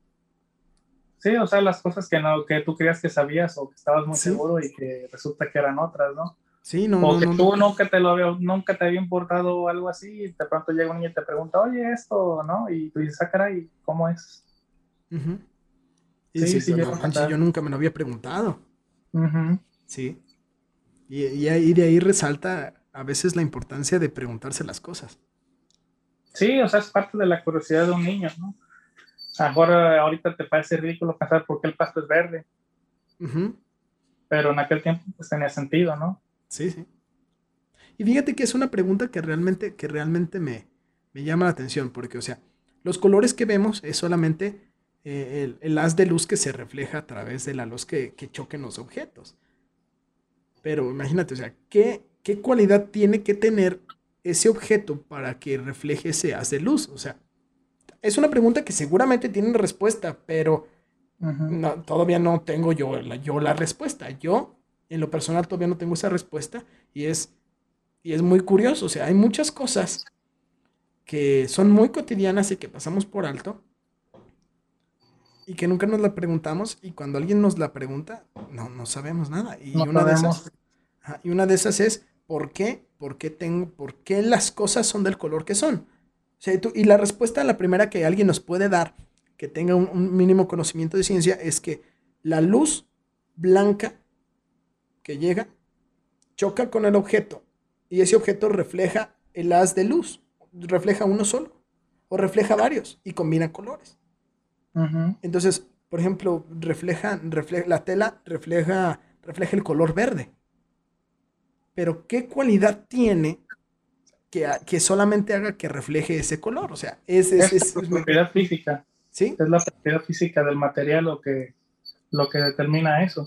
Sí, o sea, las cosas que, no, que tú creías que sabías o que estabas muy Sí, seguro y que resulta que eran otras, ¿no? sí, no, O no, que no. tú nunca te lo había, nunca te había importado algo así y de pronto llega un niño y te pregunta, oye, esto, ¿no? Y tú dices, ah, caray, ¿cómo es? Ujú. Y Sí, dices, sí, no llega a manches, yo pasar. nunca me lo había preguntado. Ujú. Sí. Y, y ahí de ahí resalta a veces la importancia de preguntarse las cosas. Sí, o sea, es parte de la curiosidad de un niño, ¿no? A lo mejor eh, ahorita te parece ridículo pensar por qué el pasto es verde, Ujú. pero en aquel tiempo pues tenía sentido, ¿no? Sí, sí. Y fíjate que es una pregunta que realmente, que realmente me, me llama la atención, porque, o sea, los colores que vemos es solamente eh, el, el haz de luz que se refleja a través de la luz que, que choquen los objetos. Pero imagínate, o sea, ¿qué, ¿qué cualidad tiene que tener ese objeto para que refleje ese haz de luz? O sea, es una pregunta que seguramente tiene respuesta, pero Ujú. no, todavía no tengo yo la, yo la respuesta. Yo, en lo personal, todavía no tengo esa respuesta y es, y es muy curioso. O sea, hay muchas cosas que son muy cotidianas y que pasamos por alto y que nunca nos la preguntamos y cuando alguien nos la pregunta, no, no sabemos nada. Y No una de esas, sabemos. ajá, y una de esas es, ¿por qué? ¿Por qué tengo, por qué las cosas son del color que son? O sea, y, tú- y la respuesta a la primera que alguien nos puede dar, que tenga un, un mínimo conocimiento de ciencia, es que la luz blanca que llega choca con el objeto y ese objeto refleja el haz de luz, refleja uno solo o refleja varios y combina colores. Ujú. Entonces, por ejemplo, refleja, refleja la tela refleja, refleja el color verde. Pero ¿qué cualidad tiene que, que solamente haga que refleje ese color? O sea, es, es, Es es, la es muy... propiedad física, ¿Sí? es la propiedad física del material lo que, lo que determina eso.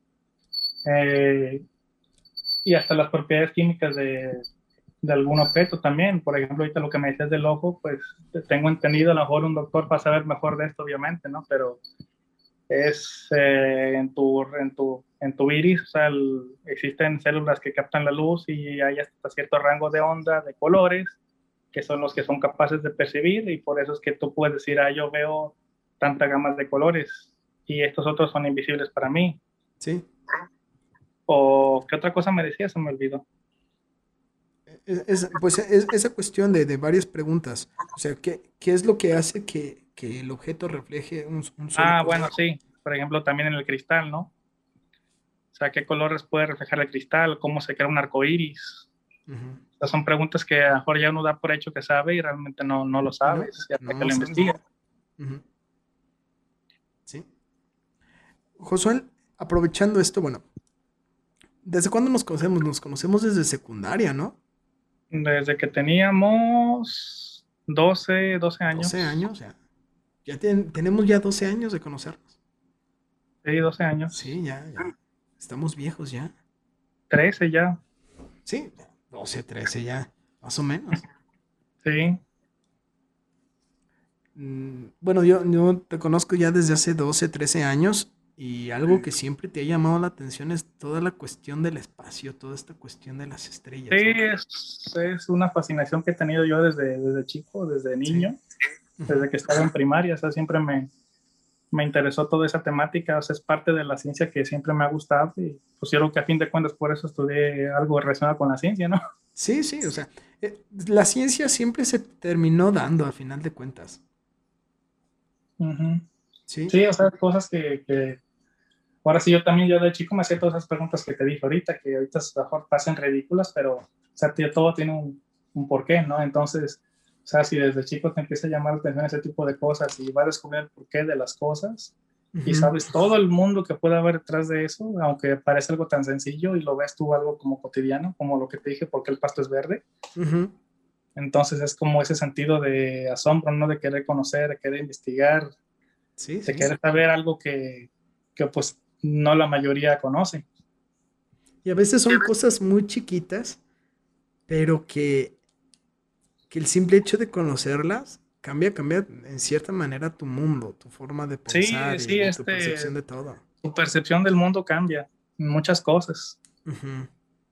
Eh, y hasta las propiedades químicas de, de algún objeto también. Por ejemplo, ahorita lo que me decías del ojo, pues tengo entendido, a lo mejor un doctor va a saber mejor de esto, obviamente, ¿no? Pero es eh, en, tu, en, tu, en tu iris, o sea, el, existen células que captan la luz y hay hasta cierto rango de onda, de colores, que son los que son capaces de percibir, y por eso es que tú puedes decir, ah, yo veo tanta gama de colores y estos otros son invisibles para mí. Sí. ¿O qué otra cosa me decías? Se me olvidó. Es, es- pues es esa cuestión de, de varias preguntas. O sea, ¿qué, qué es lo que hace que, que el objeto refleje un, un solo Ah, bueno, color? sí. Por ejemplo, también en el cristal, ¿no? O sea, ¿qué colores puede reflejar el cristal? ¿Cómo se crea un arco iris? Ujú. O sea, son preguntas que a lo mejor ya uno da por hecho que sabe y realmente no, no lo Y no, sabes, ya hasta no que lo lo sabes. investigas. Ujú. Sí. Josué, aprovechando esto, bueno, ¿desde cuándo nos conocemos? Nos conocemos desde secundaria, ¿no? Desde que teníamos doce doce Doce años. años, ya. Ya ten- tenemos ya doce años de conocernos. Sí, doce años. Sí, ya, ya. Estamos viejos ya. Trece ya. Sí, doce, trece ya, más o menos. Sí. Mm, Bueno, yo, yo te conozco ya desde hace doce, trece años y algo que siempre te ha llamado la atención es toda la cuestión del espacio, toda esta cuestión de las Sí, estrellas, ¿no? es, es una fascinación que he tenido yo desde, desde chico, desde Sí. niño, Ujú. desde que estaba en primaria. O sea, siempre me, me interesó toda esa temática. O sea, es parte de la ciencia que siempre me ha gustado y pues yo creo que a fin de cuentas por eso estudié algo relacionado con la ciencia, ¿no? Sí, sí, o sea, eh, la ciencia siempre se terminó dando al final de cuentas. Ujú. Sí. Sí, o sea, cosas que, que ahora sí yo también, yo de chico me hacía todas esas preguntas que te dije ahorita, que ahorita a lo mejor pasan ridículas, pero o sea, tío, todo tiene un, un porqué, ¿no? Entonces, o sea, si desde chico te empieza a llamar la atención ese tipo de cosas y vas a descubrir el porqué de las cosas y Ujú. sabes todo el mundo que puede haber detrás de eso, aunque parece algo tan sencillo y lo ves tú algo como cotidiano, como lo que te dije, porque el pasto es verde. Ujú. Entonces es como ese sentido de asombro, ¿no? De querer conocer, de querer investigar, Sí, de sí. querer saber algo que, que pues no la mayoría conoce. Y a veces son cosas muy chiquitas, pero que, que el simple hecho de conocerlas cambia, cambia en cierta manera tu mundo, tu forma de Sí, pensar sí, y, y tu percepción este, de todo. tu percepción del mundo cambia en muchas cosas. Ujú.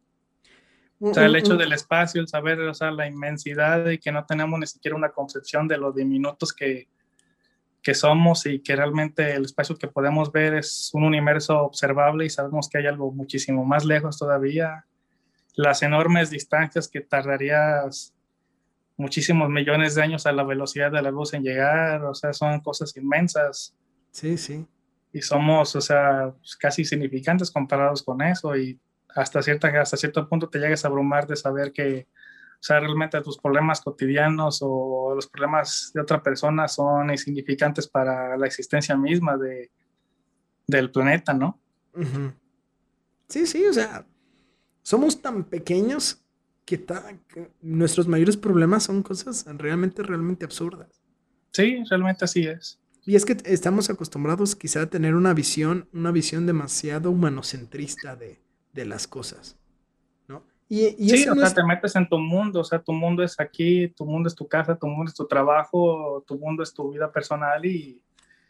O Un- sea, el un- hecho un- del espacio, el saber, o sea, la inmensidad y que no tenemos ni siquiera una concepción de los diminutos que, que somos y que realmente el espacio que podemos ver es un universo observable y sabemos que hay algo muchísimo más lejos todavía. Las enormes distancias que tardarías muchísimos millones de años a la velocidad de la luz en llegar, o sea, son cosas inmensas. sí, sí. Y somos, o sea, pues, casi insignificantes comparados con eso y hasta, cierta, hasta cierto punto te llegas a abrumar de saber que, o sea, realmente tus problemas cotidianos o los problemas de otra persona son insignificantes para la existencia misma de, del planeta, ¿no? Ujú. Sí, sí, o sea, somos tan pequeños que, ta- que nuestros mayores problemas son cosas realmente, realmente absurdas. Sí, realmente así es. Y es que estamos acostumbrados quizá a tener una visión, una visión demasiado humanocentrista de, de las cosas, ¿no? Y, y Sí, ese o no sea, es, te metes en tu mundo, o sea, tu mundo es aquí, tu mundo es tu casa, tu mundo es tu trabajo, tu mundo es tu vida personal y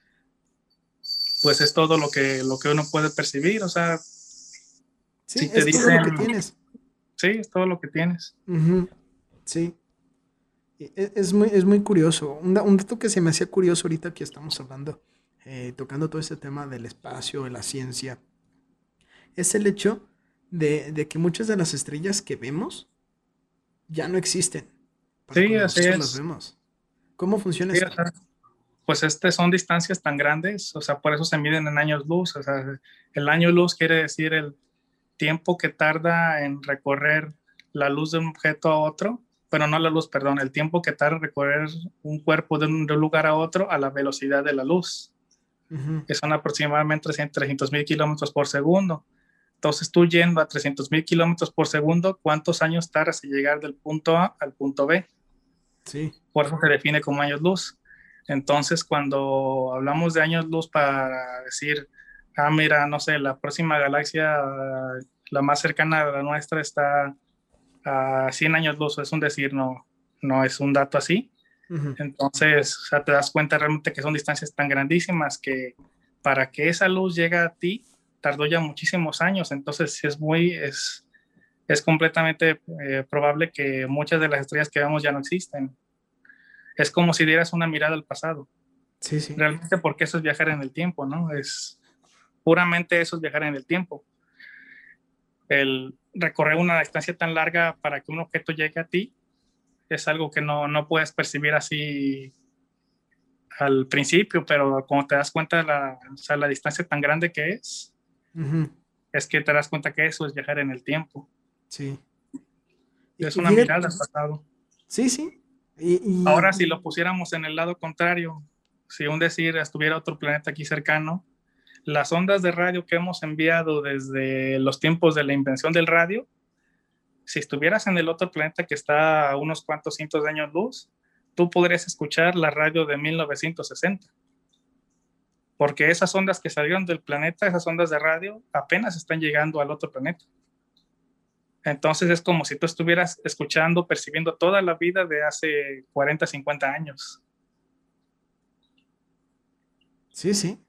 pues es todo lo que, lo que uno puede percibir, o sea, sí, si te es todo lo dicen, que tienes. sí, es todo lo que tienes. Ujú. Sí. Y e- Es muy, es muy curioso. Un, da- un dato que se me hacía curioso ahorita que estamos hablando, eh, tocando todo este tema del espacio, de la ciencia, es el hecho de, de que muchas de las estrellas que vemos ya no existen para Sí, cuando así nosotros las es. vemos. ¿Cómo funciona Sí, o esto? sea, pues este son distancias tan grandes, o sea, por eso se miden en años luz, o sea, el año luz quiere decir el tiempo que tarda en recorrer la luz de un objeto a otro, pero no la luz, perdón, el tiempo que tarda en recorrer un cuerpo de un, de un lugar a otro a la velocidad de la luz, Ujú. que son aproximadamente trescientos mil kilómetros por segundo. Entonces, tú yendo a trescientos mil kilómetros por segundo, ¿cuántos años tardas en llegar del punto A al punto B? Sí. Por eso se define como años luz. Entonces, cuando hablamos de años luz para decir, ah, mira, no sé, la próxima galaxia, la más cercana a la nuestra, está a cien años luz, es un decir, no, no es un dato así. Ujú. Entonces, o sea, te das cuenta realmente que son distancias tan grandísimas que para que esa luz llegue a ti, tardó ya muchísimos años. Entonces, es muy, es, es completamente eh, probable que muchas de las estrellas que vemos ya no existen. Es como si dieras una mirada al pasado. Sí, sí. Realmente porque eso es viajar en el tiempo, ¿no? Es puramente eso es viajar en el tiempo. El recorrer una distancia tan larga para que un objeto llegue a ti es algo que no, no puedes percibir así al principio, pero cuando te das cuenta de la, o sea, la distancia tan grande que es, Ujú. es que te das cuenta que eso es viajar en el tiempo. Sí. Y, Es y una fíjate, mirada al pasado. sí, sí. Y, Ahora, y- si lo pusiéramos en el lado contrario, si un decir estuviera otro planeta aquí cercano, las ondas de radio que hemos enviado desde los tiempos de la invención del radio, si estuvieras en el otro planeta que está a unos cuantos cientos de años luz, tú podrías escuchar la radio de mil novecientos sesenta, porque esas ondas que salieron del planeta, esas ondas de radio, apenas están llegando al otro planeta. Entonces es como si tú estuvieras escuchando, percibiendo toda la vida de hace cuarenta, cincuenta años. sí, sí.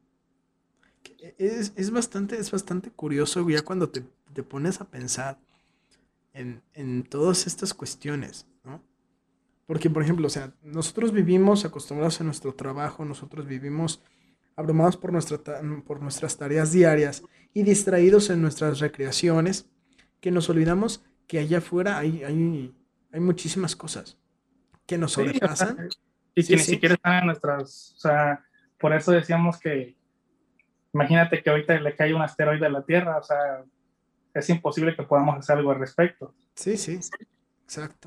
Es, es bastante, es bastante curioso ya cuando te, te pones a pensar en, en todas estas cuestiones, ¿no? Porque, por ejemplo, o sea, nosotros vivimos acostumbrados a nuestro trabajo, nosotros vivimos abrumados por, nuestra ta- por nuestras tareas diarias y distraídos en nuestras recreaciones, que nos olvidamos que allá afuera hay, hay, hay muchísimas cosas que nos Sí, o sea, sobrepasan. y que Sí, ni sí, siquiera están en nuestras, o sea, por eso decíamos que, imagínate que ahorita le cae un asteroide a la Tierra, o sea, es imposible que podamos hacer algo al respecto. sí, sí, exacto.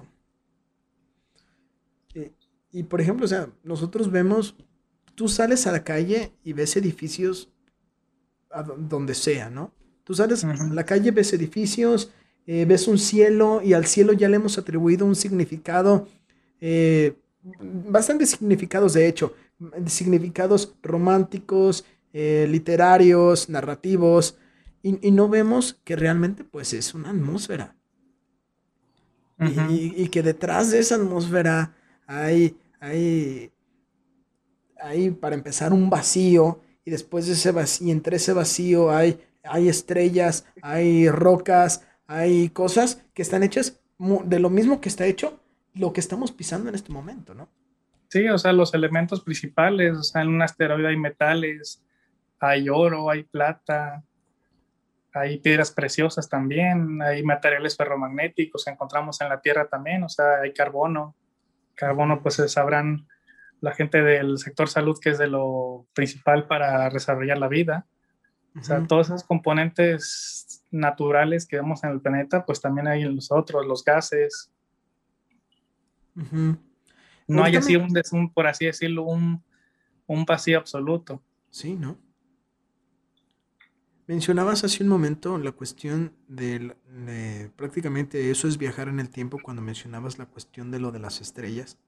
Y, y, por ejemplo, o sea, nosotros vemos, tú sales a la calle y ves edificios a do- donde sea, ¿no? Tú sales a Ujú. la calle, ves edificios, eh, ves un cielo y al cielo ya le hemos atribuido un significado, eh, bastantes significados de hecho, significados románticos, eh, literarios, narrativos, y, y no vemos que realmente pues es una atmósfera. Y, Ujú. y- y que detrás de esa atmósfera hay, hay hay para empezar un vacío y después de ese vacío, y entre ese vacío hay, hay estrellas, hay rocas, hay cosas que están hechas de lo mismo que está hecho lo que estamos pisando en este momento, ¿no? Sí, o sea, los elementos principales, o sea, en un asteroide hay metales, hay oro, hay plata, hay piedras preciosas también, hay materiales ferromagnéticos que encontramos en la Tierra también, o sea, hay carbono. Carbono, Ujú, pues se sabrán la gente del sector salud que es de lo principal para desarrollar la vida. O sea, ujú, todos esos componentes naturales que vemos en el planeta, pues también hay en nosotros, los gases. ujú. No hay Ahorita así me... un, un por así decirlo, un, un vacío absoluto. Sí, ¿no? Mencionabas hace un momento la cuestión de, de prácticamente eso es viajar en el tiempo cuando mencionabas la cuestión de lo de las estrellas.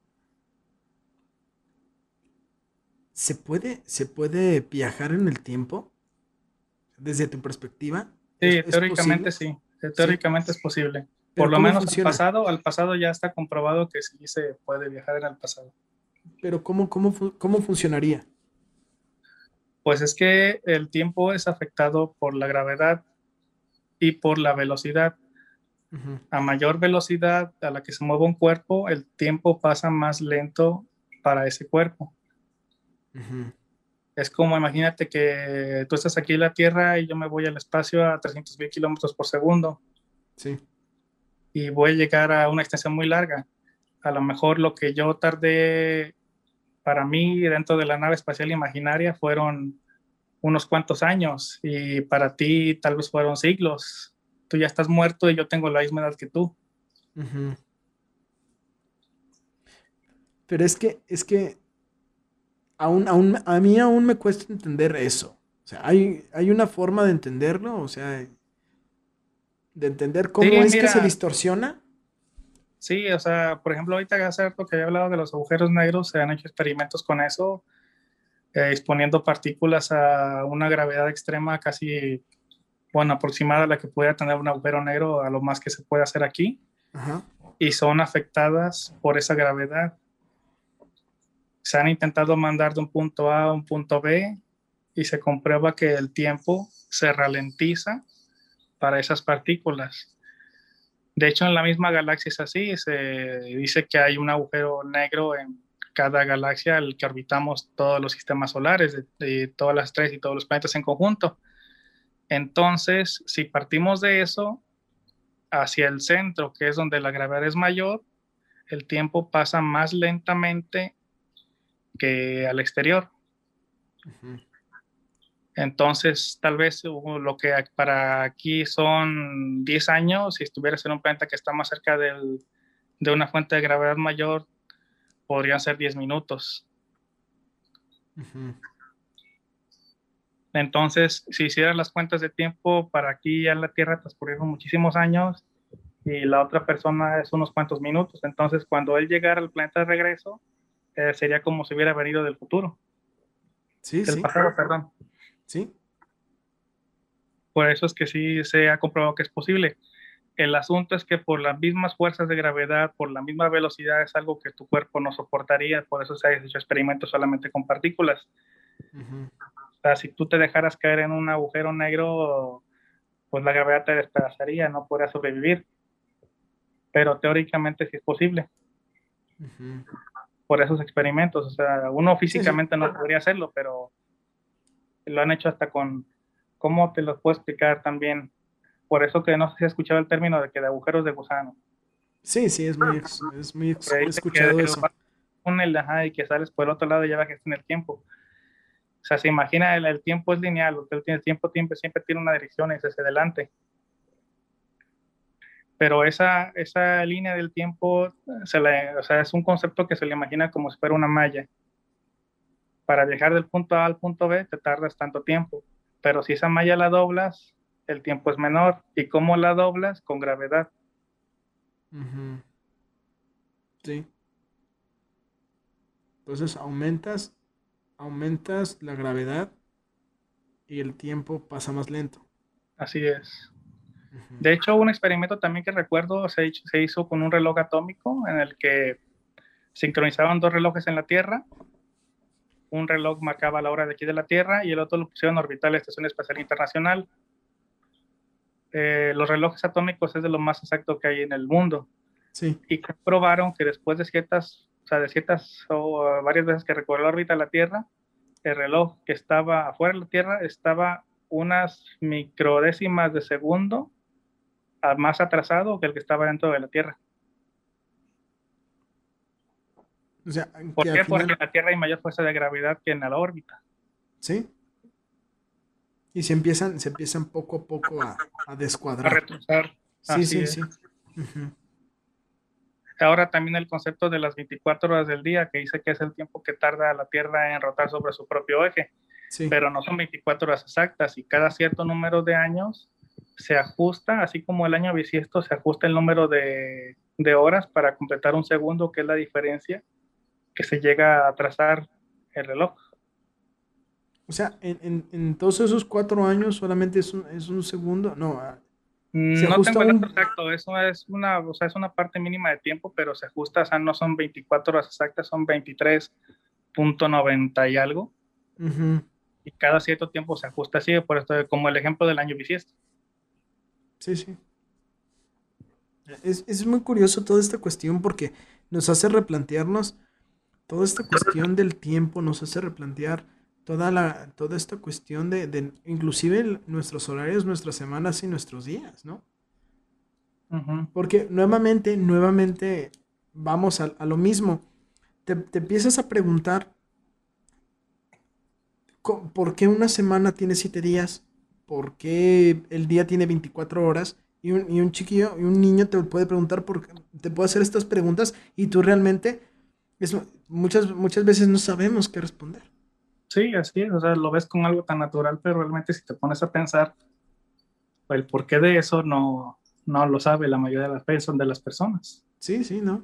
¿Se puede, se puede viajar en el tiempo desde tu perspectiva? ¿Es, Sí, es teóricamente posible? sí, Sí. teóricamente es posible. Por Pero lo ¿cómo menos al funciona? pasado, al pasado ya está comprobado que sí se puede viajar en el pasado. Pero ¿cómo, cómo, fu- cómo funcionaría? Pues es que el tiempo es afectado por la gravedad y por la velocidad. Ujú, A mayor velocidad a la que se mueve un cuerpo, el tiempo pasa más lento para ese cuerpo. ujú, Es como imagínate que tú estás aquí en la Tierra y yo me voy al espacio a trescientos mil kilómetros por segundo sí. y voy a llegar a una extensión muy larga. A lo mejor lo que yo tardé para mí dentro de la nave espacial imaginaria fueron unos cuantos años y para ti tal vez fueron siglos. Tú ya estás muerto y yo tengo la misma edad que tú. Ujú. Pero es que, es que aún, aún, a mí aún me cuesta entender eso. O sea, hay, hay una forma de entenderlo, o sea, de entender Sí, cómo es que se mira, distorsiona. sí, o sea, por ejemplo, ahorita hace rato que había hablado de los agujeros negros, se han hecho experimentos con eso, eh, exponiendo partículas a una gravedad extrema casi, bueno, aproximada a la que pudiera tener un agujero negro, a lo más que se puede hacer aquí, Ajá. y son afectadas por esa gravedad. Se han intentado mandar de un punto A a un punto B y se comprueba que el tiempo se ralentiza para esas partículas. De hecho, en la misma galaxia es así, se dice que hay un agujero negro en cada galaxia al que orbitamos todos los sistemas solares, de, de todas las estrellas y todos los planetas en conjunto. Entonces, si partimos de eso hacia el centro, que es donde la gravedad es mayor, el tiempo pasa más lentamente que al exterior. Uh-huh. Entonces, tal vez lo que para aquí son diez años, si estuvieras en un planeta que está más cerca del, de una fuente de gravedad mayor, podrían ser diez minutos. Uh-huh. Entonces, si hicieras las cuentas de tiempo, para aquí ya en la Tierra transcurrieron muchísimos años y la otra persona es unos cuantos minutos. Entonces, cuando él llegara al planeta de regreso, eh, sería como si hubiera venido del futuro. Sí, del sí. pasado, perdón. Sí. Por eso es que sí se ha comprobado que es posible. El asunto es que por las mismas fuerzas de gravedad, por la misma velocidad, es algo que tu cuerpo no soportaría. Por eso se han hecho experimentos solamente con partículas. Uh-huh. O sea, si tú te dejaras caer en un agujero negro, pues la gravedad te despedazaría, no podrías sobrevivir. Pero teóricamente sí es posible. Uh-huh. Por esos experimentos. O sea, uno físicamente sí, sí. no podría hacerlo, pero lo han hecho hasta con, ¿cómo te lo puedo explicar también? Por eso que no sé si has escuchado el término de que de agujeros de gusano. Sí, sí, es muy, es muy he escuchado que, eso. Un el, ajá, y que sales por el otro lado y ya bajas en el tiempo. O sea, se imagina, el, el tiempo es lineal, usted tiene tiempo, tiempo, siempre tiene una dirección, es hacia adelante. Pero esa, esa línea del tiempo, se le, o sea, es un concepto que se le imagina como si fuera una malla. Para viajar del punto A al punto B te tardas tanto tiempo, pero si esa malla la doblas, el tiempo es menor. ¿Y cómo la doblas? Con gravedad. Uh-huh. Sí. Entonces aumentas, aumentas la gravedad y el tiempo pasa más lento. Así es. Uh-huh. De hecho, un experimento también que recuerdo se, se hizo con un reloj atómico en el que sincronizaban dos relojes en la Tierra. Un reloj marcaba la hora de aquí de la Tierra y el otro lo pusieron a orbitar la Estación Espacial Internacional. Eh, los relojes atómicos es de lo más exacto que hay en el mundo. Sí. Y comprobaron que después de ciertas, o sea, de ciertas o uh, varias veces que recorrió la órbita de la Tierra, el reloj que estaba afuera de la Tierra estaba unas microdécimas de segundo más atrasado que el que estaba dentro de la Tierra. O sea, ¿Por qué? Final... Porque en la Tierra hay mayor fuerza de gravedad que en la órbita. Sí. Y se empiezan, se empiezan poco a poco a, a descuadrar. A retrasar. Sí, Así sí, es. sí. Uh-huh. Ahora también el concepto de las veinticuatro horas del día, que dice que es el tiempo que tarda la Tierra en rotar sobre su propio eje. Sí. Pero no son veinticuatro horas exactas y cada cierto número de años se ajusta, así como el año bisiesto se ajusta el número de, de horas para completar un segundo, que es la diferencia que se llega a trazar el reloj. O sea, en, en, en todos esos cuatro años solamente es un, es un segundo, no. Se no tengo el dato un... exacto, eso es una, o sea, es una parte mínima de tiempo, pero se ajusta, o sea, no son veinticuatro horas exactas, son veintitrés punto noventa y algo. Uh-huh. Y cada cierto tiempo se ajusta así, por esto, como el ejemplo del año bisiesto. Sí, sí. Es, es muy curioso toda esta cuestión porque nos hace replantearnos toda esta cuestión del tiempo, nos hace replantear toda la toda esta cuestión de, de inclusive nuestros horarios, nuestras semanas y nuestros días, ¿no? Uh-huh. Porque nuevamente, nuevamente vamos a, a lo mismo. Te, te empiezas a preguntar ¿por qué una semana tiene siete días? ¿Por qué el día tiene veinticuatro horas? Y un, y un chiquillo, y un niño te puede preguntar, por, te puede hacer estas preguntas y tú realmente, es, muchas, muchas veces no sabemos qué responder. Sí, así es, o sea, lo ves como algo tan natural, pero realmente si te pones a pensar, el porqué de eso no, no lo sabe la mayoría de las, de las personas. Sí, sí, ¿no?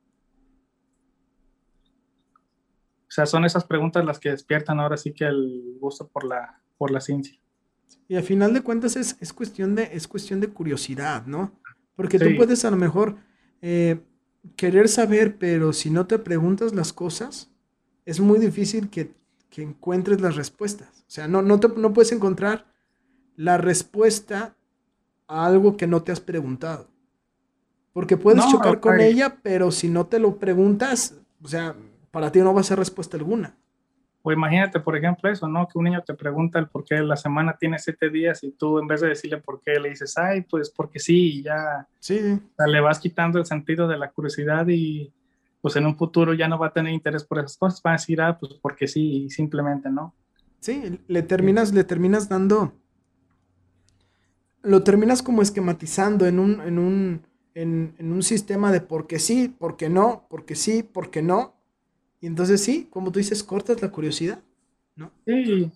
O sea, son esas preguntas las que despiertan ahora sí que el gusto por la, por la ciencia. Y al final de cuentas es, es, cuestión, de, es cuestión de curiosidad, ¿no? Porque sí. Tú puedes a lo mejor eh, querer saber, pero si no te preguntas las cosas, es muy difícil que, que encuentres las respuestas. O sea, no, no, te, no puedes encontrar la respuesta a algo que no te has preguntado. Porque puedes No, chocar con ok. ella, pero si no te lo preguntas, o sea, para ti no va a ser respuesta alguna. O imagínate, por ejemplo, eso, ¿no? Que un niño te pregunta el por qué la semana tiene siete días y tú en vez de decirle por qué, le dices, ay, pues porque sí, y ya Sí, o sea, le vas quitando el sentido de la curiosidad y pues en un futuro ya no va a tener interés por esas cosas, va a decir, ah, pues porque sí, y simplemente no. sí, le Sí, terminas, le terminas dando, lo terminas como esquematizando en un, en un, en, en un sistema de porque sí, porque no, porque sí, porque no. Y entonces sí, como tú dices, cortas la curiosidad, ¿no? sí,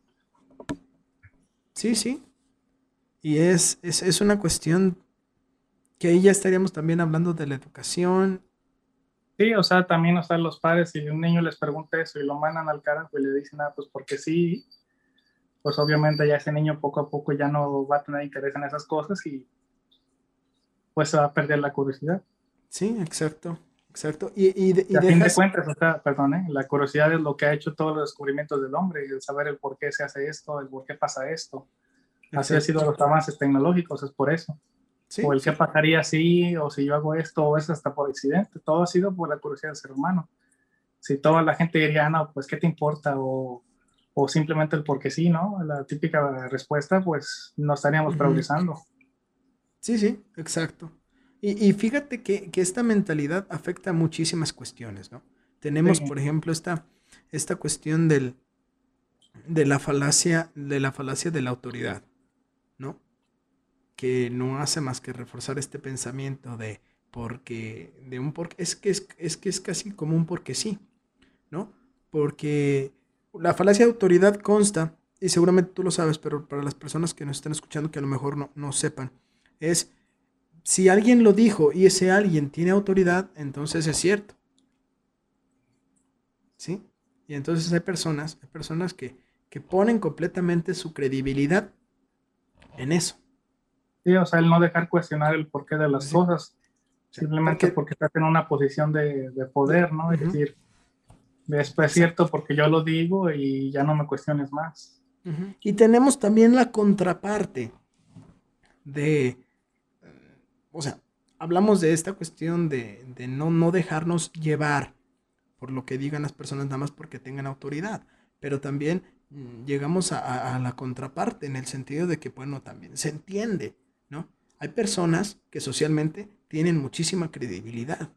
Sí, sí. Y es, es, es una cuestión que ahí ya estaríamos también hablando de la educación. sí, o sea, también, o sea, los padres, si un niño les pregunta eso y lo mandan al carajo y le dicen, ah, pues porque sí, pues obviamente ya ese niño poco a poco ya no va a tener interés en esas cosas y pues se va a perder la curiosidad. Sí, exacto, exacto. Y, y, de- Y y a fin de dejas, cuentas, o sea, perdón, ¿eh? La curiosidad es lo que ha hecho todos los descubrimientos del hombre, el saber el por qué se hace esto, el por qué pasa esto. Así ha sido exacto. los avances tecnológicos, es por eso. O Sí, el qué sí. pasaría si, o si yo hago esto, o es hasta por accidente. Todo ha sido por la curiosidad del ser humano. Si toda la gente diría, "Ah, no, pues qué te importa, o, o simplemente el porque sí, ¿no? La típica respuesta, pues no estaríamos Ujú. progresando. Sí, sí, exacto. Y, y fíjate que, que esta mentalidad afecta a muchísimas cuestiones, ¿no? Tenemos, Sí, por ejemplo, esta, esta cuestión del, de la falacia, de la falacia de la autoridad, ¿no? Que no hace más que reforzar este pensamiento de porque, de un porque, es que es, es que es casi como un porque sí, ¿no? Porque la falacia de autoridad consta, y seguramente tú lo sabes, pero para las personas que nos están escuchando que a lo mejor no, no sepan, es si alguien lo dijo y ese alguien tiene autoridad, entonces es cierto, ¿sí? Y entonces hay personas, hay personas que, que ponen completamente su credibilidad en eso. sí, o sea, el no dejar cuestionar el porqué de las Sí, o cosas, sea, simplemente porque... porque estás en una posición de, de De, poder, ¿no? Es uh-huh, decir, esto es cierto exacto. porque yo lo digo y ya no me cuestiones más. Uh-huh. Y tenemos también la contraparte de, o sea, hablamos de esta cuestión de, de no, no dejarnos llevar por lo que digan las personas nada más porque tengan autoridad, pero también mm, llegamos a, a, a la contraparte en el sentido de que, bueno, también se entiende, ¿no? Hay personas que socialmente tienen muchísima credibilidad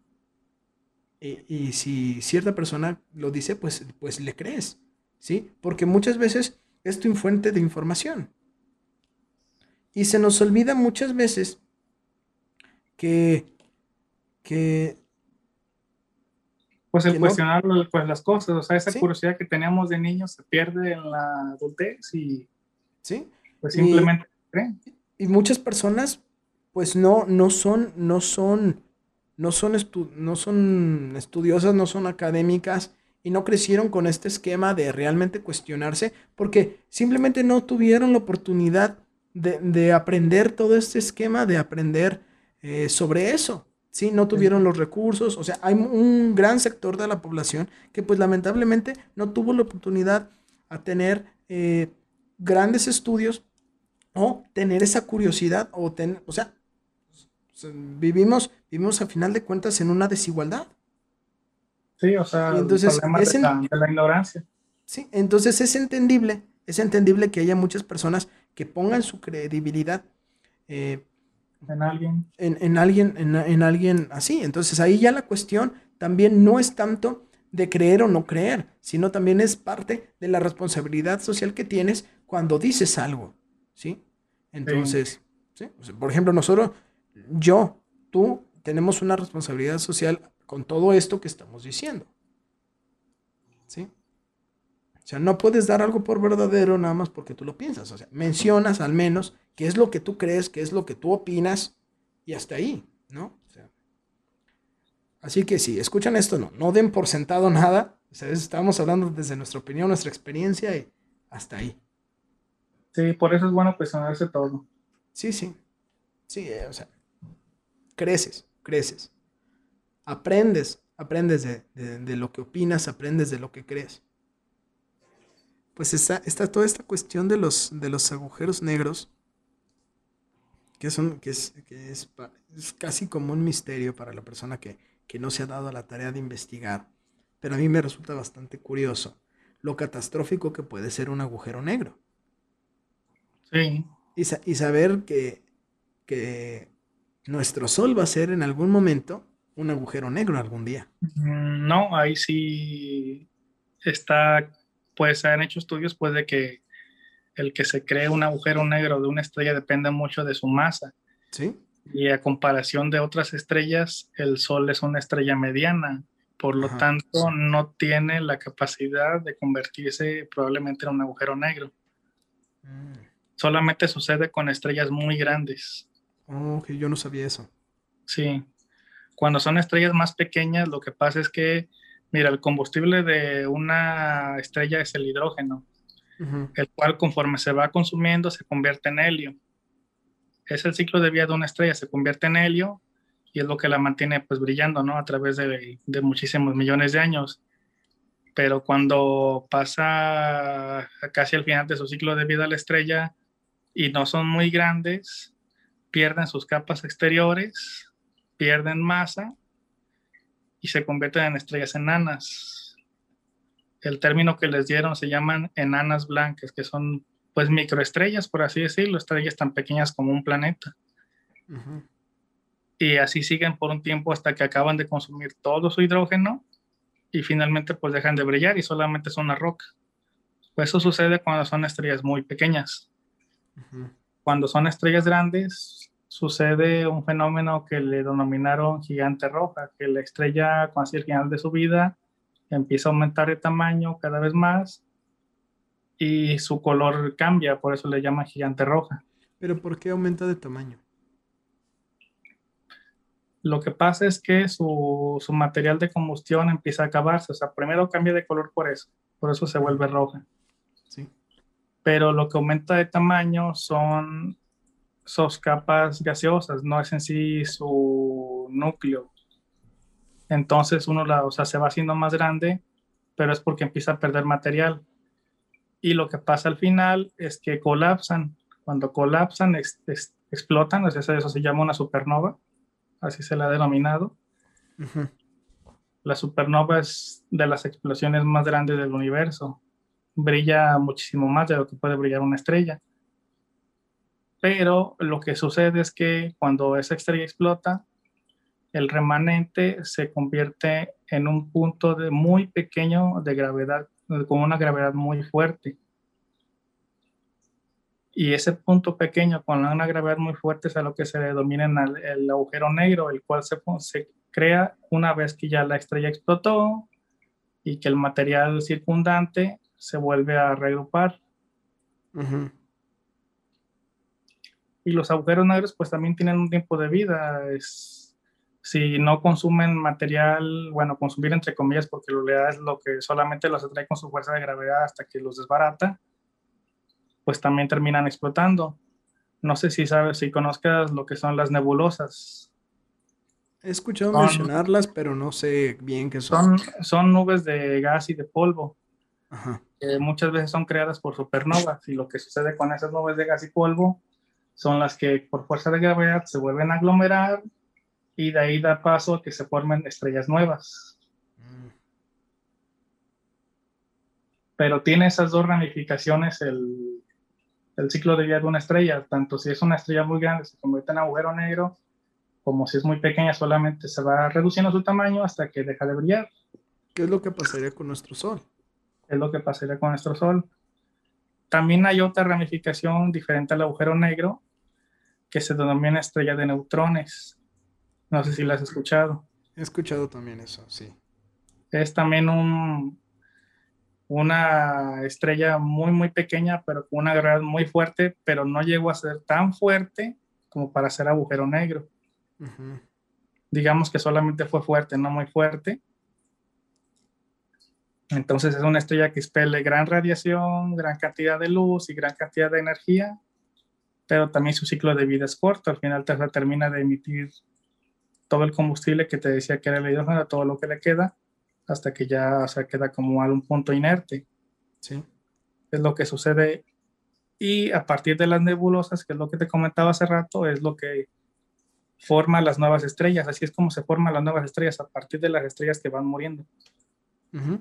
y, y si cierta persona lo dice, pues, pues le crees, ¿sí? Porque muchas veces es tu fuente de información y se nos olvida muchas veces que, que, Pues el que no, cuestionar pues, las cosas, o sea, esa ¿sí? curiosidad que teníamos de niños se pierde en la adultez y ¿Sí? pues Y, simplemente creen. y muchas personas, pues no, no son, no son, no son, estu- no son estudiosas, no son académicas y no crecieron con este esquema de realmente cuestionarse porque simplemente no tuvieron la oportunidad de, de aprender todo este esquema, de aprender eh, sobre eso. Sí, no tuvieron los recursos, o sea, hay un gran sector de la población que pues lamentablemente no tuvo la oportunidad a tener eh, grandes estudios o tener esa curiosidad o tener, o sea, vivimos, vivimos a final de cuentas en una desigualdad. Sí, o Y sea, el entonces problema de es, en, la, de la ignorancia sí, entonces es entendible, es entendible que haya muchas personas que pongan su credibilidad eh, en alguien. en, en, alguien, en, en alguien así. Entonces ahí ya la cuestión también no es tanto de creer o no creer, sino también es parte de la responsabilidad social que tienes cuando dices algo, ¿sí? Sí, Entonces, ¿sí? O sea, por ejemplo, nosotros, yo, tú, tenemos una responsabilidad social con todo esto que estamos diciendo, ¿sí? O sea, no puedes dar algo por verdadero nada más porque tú lo piensas. O sea, mencionas al menos qué es lo que tú crees, qué es lo que tú opinas y hasta ahí, ¿no? O sea, así que si escuchan esto, no, no den por sentado nada. O sea, estamos hablando desde nuestra opinión, nuestra experiencia y hasta ahí. sí, por eso es bueno cuestionarse todo. Sí, sí, sí, eh, o sea, creces, creces. Aprendes, aprendes de, de, de, lo que opinas, aprendes de lo que crees. Pues está, está toda esta cuestión de los, de los agujeros negros Que es, un- que es, que es, pa- es casi como un misterio para la persona que, que no se ha dado a la tarea de investigar. Pero a mí me resulta bastante curioso lo catastrófico que puede ser un agujero negro. Sí. Y, sa- y saber que, que nuestro Sol va a ser en algún momento un agujero negro algún día. Mm, No, ahí sí está, pues se han hecho estudios pues de que el que se cree un agujero negro de una estrella depende mucho de su masa. ¿Sí? Y a comparación de otras estrellas, el Sol es una estrella mediana, por lo Ajá. tanto no tiene la capacidad de convertirse probablemente en un agujero negro. Mm. Solamente sucede con estrellas muy grandes. Oh, que yo no sabía eso. Sí, cuando son estrellas más pequeñas, lo que pasa es que, mira, el combustible de una estrella es el hidrógeno, Ujú. el cual conforme se va consumiendo se convierte en helio. Es el ciclo de vida de una estrella, se convierte en helio y es lo que la mantiene pues brillando, ¿no? A través de, de muchísimos millones de años. Pero cuando pasa casi al final de su ciclo de vida la estrella y no son muy grandes, pierden sus capas exteriores, pierden masa y se convierten en estrellas enanas. El término que les dieron se llaman enanas blancas, que son pues microestrellas, por así decirlo, estrellas tan pequeñas como un planeta. Ujú. Y así siguen por un tiempo hasta que acaban de consumir todo su hidrógeno y finalmente pues dejan de brillar y solamente son una roca. Pues eso sucede cuando son estrellas muy pequeñas. Ujú. Cuando son estrellas grandes, sucede un fenómeno que le denominaron gigante roja, que la estrella, cuando hacia el final de su vida, empieza a aumentar de tamaño cada vez más y su color cambia, por eso le llaman gigante roja. Pero ¿por qué aumenta de tamaño? Lo que pasa es que su, su material de combustión empieza a acabarse, o sea, primero cambia de color por eso, por eso se Ujú. vuelve roja. Sí. Pero lo que aumenta de tamaño son sus capas gaseosas, no es en sí su núcleo. Entonces uno la, o sea, se va haciendo más grande, pero es porque empieza a perder material. Y lo que pasa al final es que colapsan. Cuando colapsan, ex, ex, explotan, o sea, eso se llama una supernova, así se la ha denominado. Ujú. La supernova es de las explosiones más grandes del universo. Brilla muchísimo más de lo que puede brillar una estrella. Pero lo que sucede es que cuando esa estrella explota, el remanente se convierte en un punto de muy pequeño de gravedad, con una gravedad muy fuerte. Y ese punto pequeño con una gravedad muy fuerte es a lo que se denomina el, el agujero negro, el cual se, se crea una vez que ya la estrella explotó y que el material circundante se vuelve a reagrupar. Ujú. Y los agujeros negros pues también tienen un tiempo de vida. Es, si no consumen material, bueno, consumir entre comillas, porque en realidad es lo que solamente los atrae con su fuerza de gravedad hasta que los desbarata, pues también terminan explotando. No sé si sabes, si conozcas lo que son las nebulosas. He escuchado Son, mencionarlas, pero no sé bien qué son. son, son nubes de gas y de polvo, Ajá. que muchas veces son creadas por supernovas. Y lo que sucede con esas nubes de gas y polvo son las que por fuerza de gravedad se vuelven a aglomerar y de ahí da paso a que se formen estrellas nuevas. Mm. Pero tiene esas dos ramificaciones el, el ciclo de vida de una estrella, tanto si es una estrella muy grande se convierte en agujero negro, como si es muy pequeña solamente se va reduciendo su tamaño hasta que deja de brillar. ¿Qué es lo que pasaría con nuestro Sol? Es lo que pasaría con nuestro Sol. También hay otra ramificación diferente al agujero negro que se denomina estrella de neutrones. No sé si la has escuchado. He escuchado también eso, sí. Es también un, una estrella muy, muy pequeña, pero con una gravedad muy fuerte, pero no llegó a ser tan fuerte como para ser agujero negro. Ujú. Digamos que solamente fue fuerte, no muy fuerte. Entonces es una estrella que expele gran radiación, gran cantidad de luz y gran cantidad de energía, pero también su ciclo de vida es corto. Al final Tesla termina de emitir todo el combustible que te decía que era el hidrógeno, todo lo que le queda, hasta que ya, o sea, queda como a un punto inerte. Sí. Es lo que sucede y a partir de las nebulosas, que es lo que te comentaba hace rato, es lo que forma las nuevas estrellas. Así es como se forman las nuevas estrellas, a partir de las estrellas que van muriendo. Uh-huh.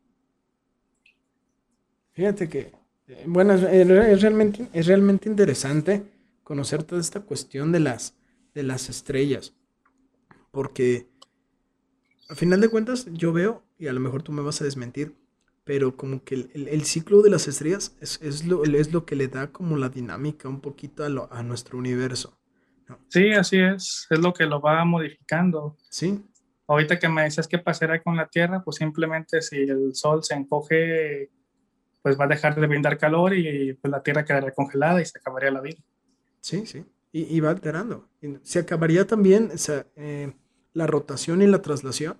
Fíjate que, eh, bueno, es, es, realmente, es realmente interesante conocer toda esta cuestión de las, de las estrellas, porque a final de cuentas yo veo, y a lo mejor tú me vas a desmentir, pero como que el, el, el ciclo de las estrellas es, es, lo, es lo que le da como la dinámica un poquito a, lo, a nuestro universo, ¿no? Sí, así es, es lo que lo va modificando. Sí. Ahorita que me dices qué pasará con la Tierra, pues simplemente si el Sol se encoge, pues va a dejar de brindar calor y pues la Tierra quedaría congelada y se acabaría la vida. Sí, sí, y, y va alterando. Se acabaría también, o sea, eh, la rotación y la traslación.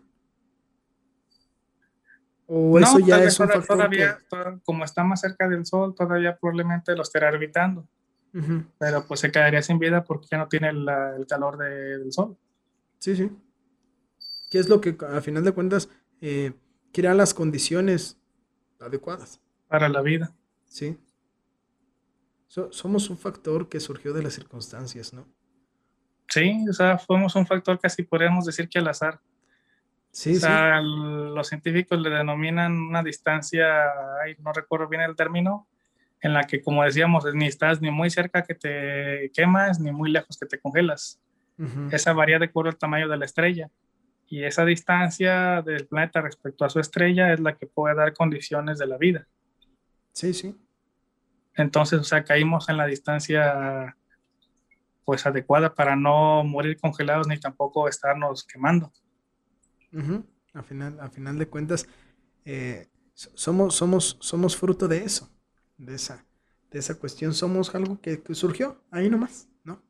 ¿O no, eso ya es un todavía, factor todavía que... to- como está más cerca del Sol, todavía probablemente lo estará orbitando, Uh-huh. pero pues se quedaría sin vida porque ya no tiene la, el calor de, del Sol. Sí, sí. ¿Qué es lo que a final de cuentas eh, crea las condiciones adecuadas? Para la vida. Sí. So, somos un factor que surgió de las circunstancias, ¿no? Sí, o sea, fuimos un factor casi podríamos decir que al azar. O Sí, sí. sea, el- los científicos le denominan una distancia, ay, no recuerdo bien el término, en la que, como decíamos, ni estás ni muy cerca que te quemas, ni muy lejos que te congelas. Uh-huh. Esa varía de acuerdo al tamaño de la estrella. Y esa distancia del planeta respecto a su estrella es la que puede dar condiciones de la vida. Sí, sí. Entonces, o sea, caímos en la distancia pues adecuada para no morir congelados ni tampoco estarnos quemando. Uh-huh. A final, a final de cuentas, eh, somos, somos, somos fruto de eso, de esa, de esa cuestión. Somos algo que, que surgió ahí nomás, ¿no?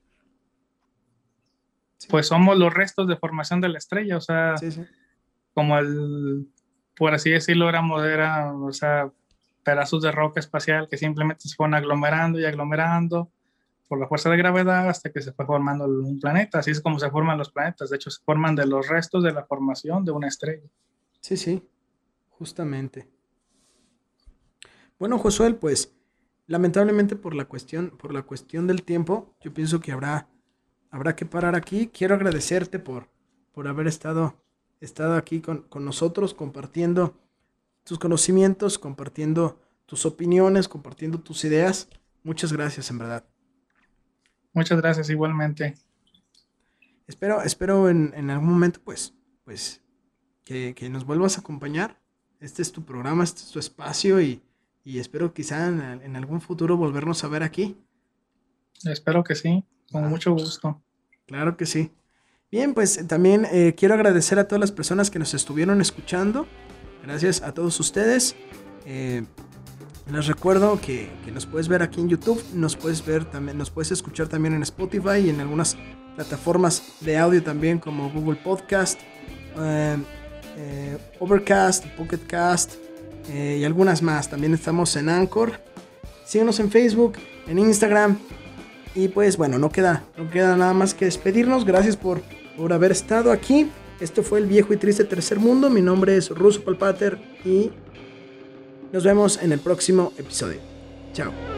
Sí. Pues somos los restos de formación de la estrella, o sea, Sí, sí. como el, por así decirlo, éramos, era, o sea, pedazos de roca espacial que simplemente se fueron aglomerando y aglomerando por la fuerza de gravedad hasta que se fue formando un planeta. Así es como se forman los planetas. De hecho, se forman de los restos de la formación de una estrella. Sí, sí, justamente. Bueno, Josué, pues lamentablemente por la cuestión, por la cuestión del tiempo, yo pienso que habrá, habrá que parar aquí. Quiero agradecerte por, por haber estado, estado aquí con, con nosotros, compartiendo tus conocimientos, compartiendo tus opiniones, compartiendo tus ideas. Muchas gracias, en verdad. Muchas gracias igualmente. Espero, espero en, en algún momento, pues, pues, que, que nos vuelvas a acompañar. Este es tu programa, este es tu espacio y, y espero quizá en, en algún futuro volvernos a ver aquí. Espero que sí, con Ah, mucho gusto. Claro que sí. Bien, pues también eh, quiero agradecer a todas las personas que nos estuvieron escuchando. Gracias a todos ustedes. Eh, les recuerdo que, que nos puedes ver aquí en YouTube, nos puedes ver también, nos puedes escuchar también en Spotify y en algunas plataformas de audio también como Google Podcast, eh, eh, Overcast, Pocket Cast eh, y algunas más. También estamos en Anchor. Síguenos en Facebook, en Instagram. Y pues bueno, no queda, no queda nada más que despedirnos. Gracias por, por haber estado aquí. Esto fue el viejo y triste tercer mundo. Mi nombre es Russo Palpater y nos vemos en el próximo episodio. Chao.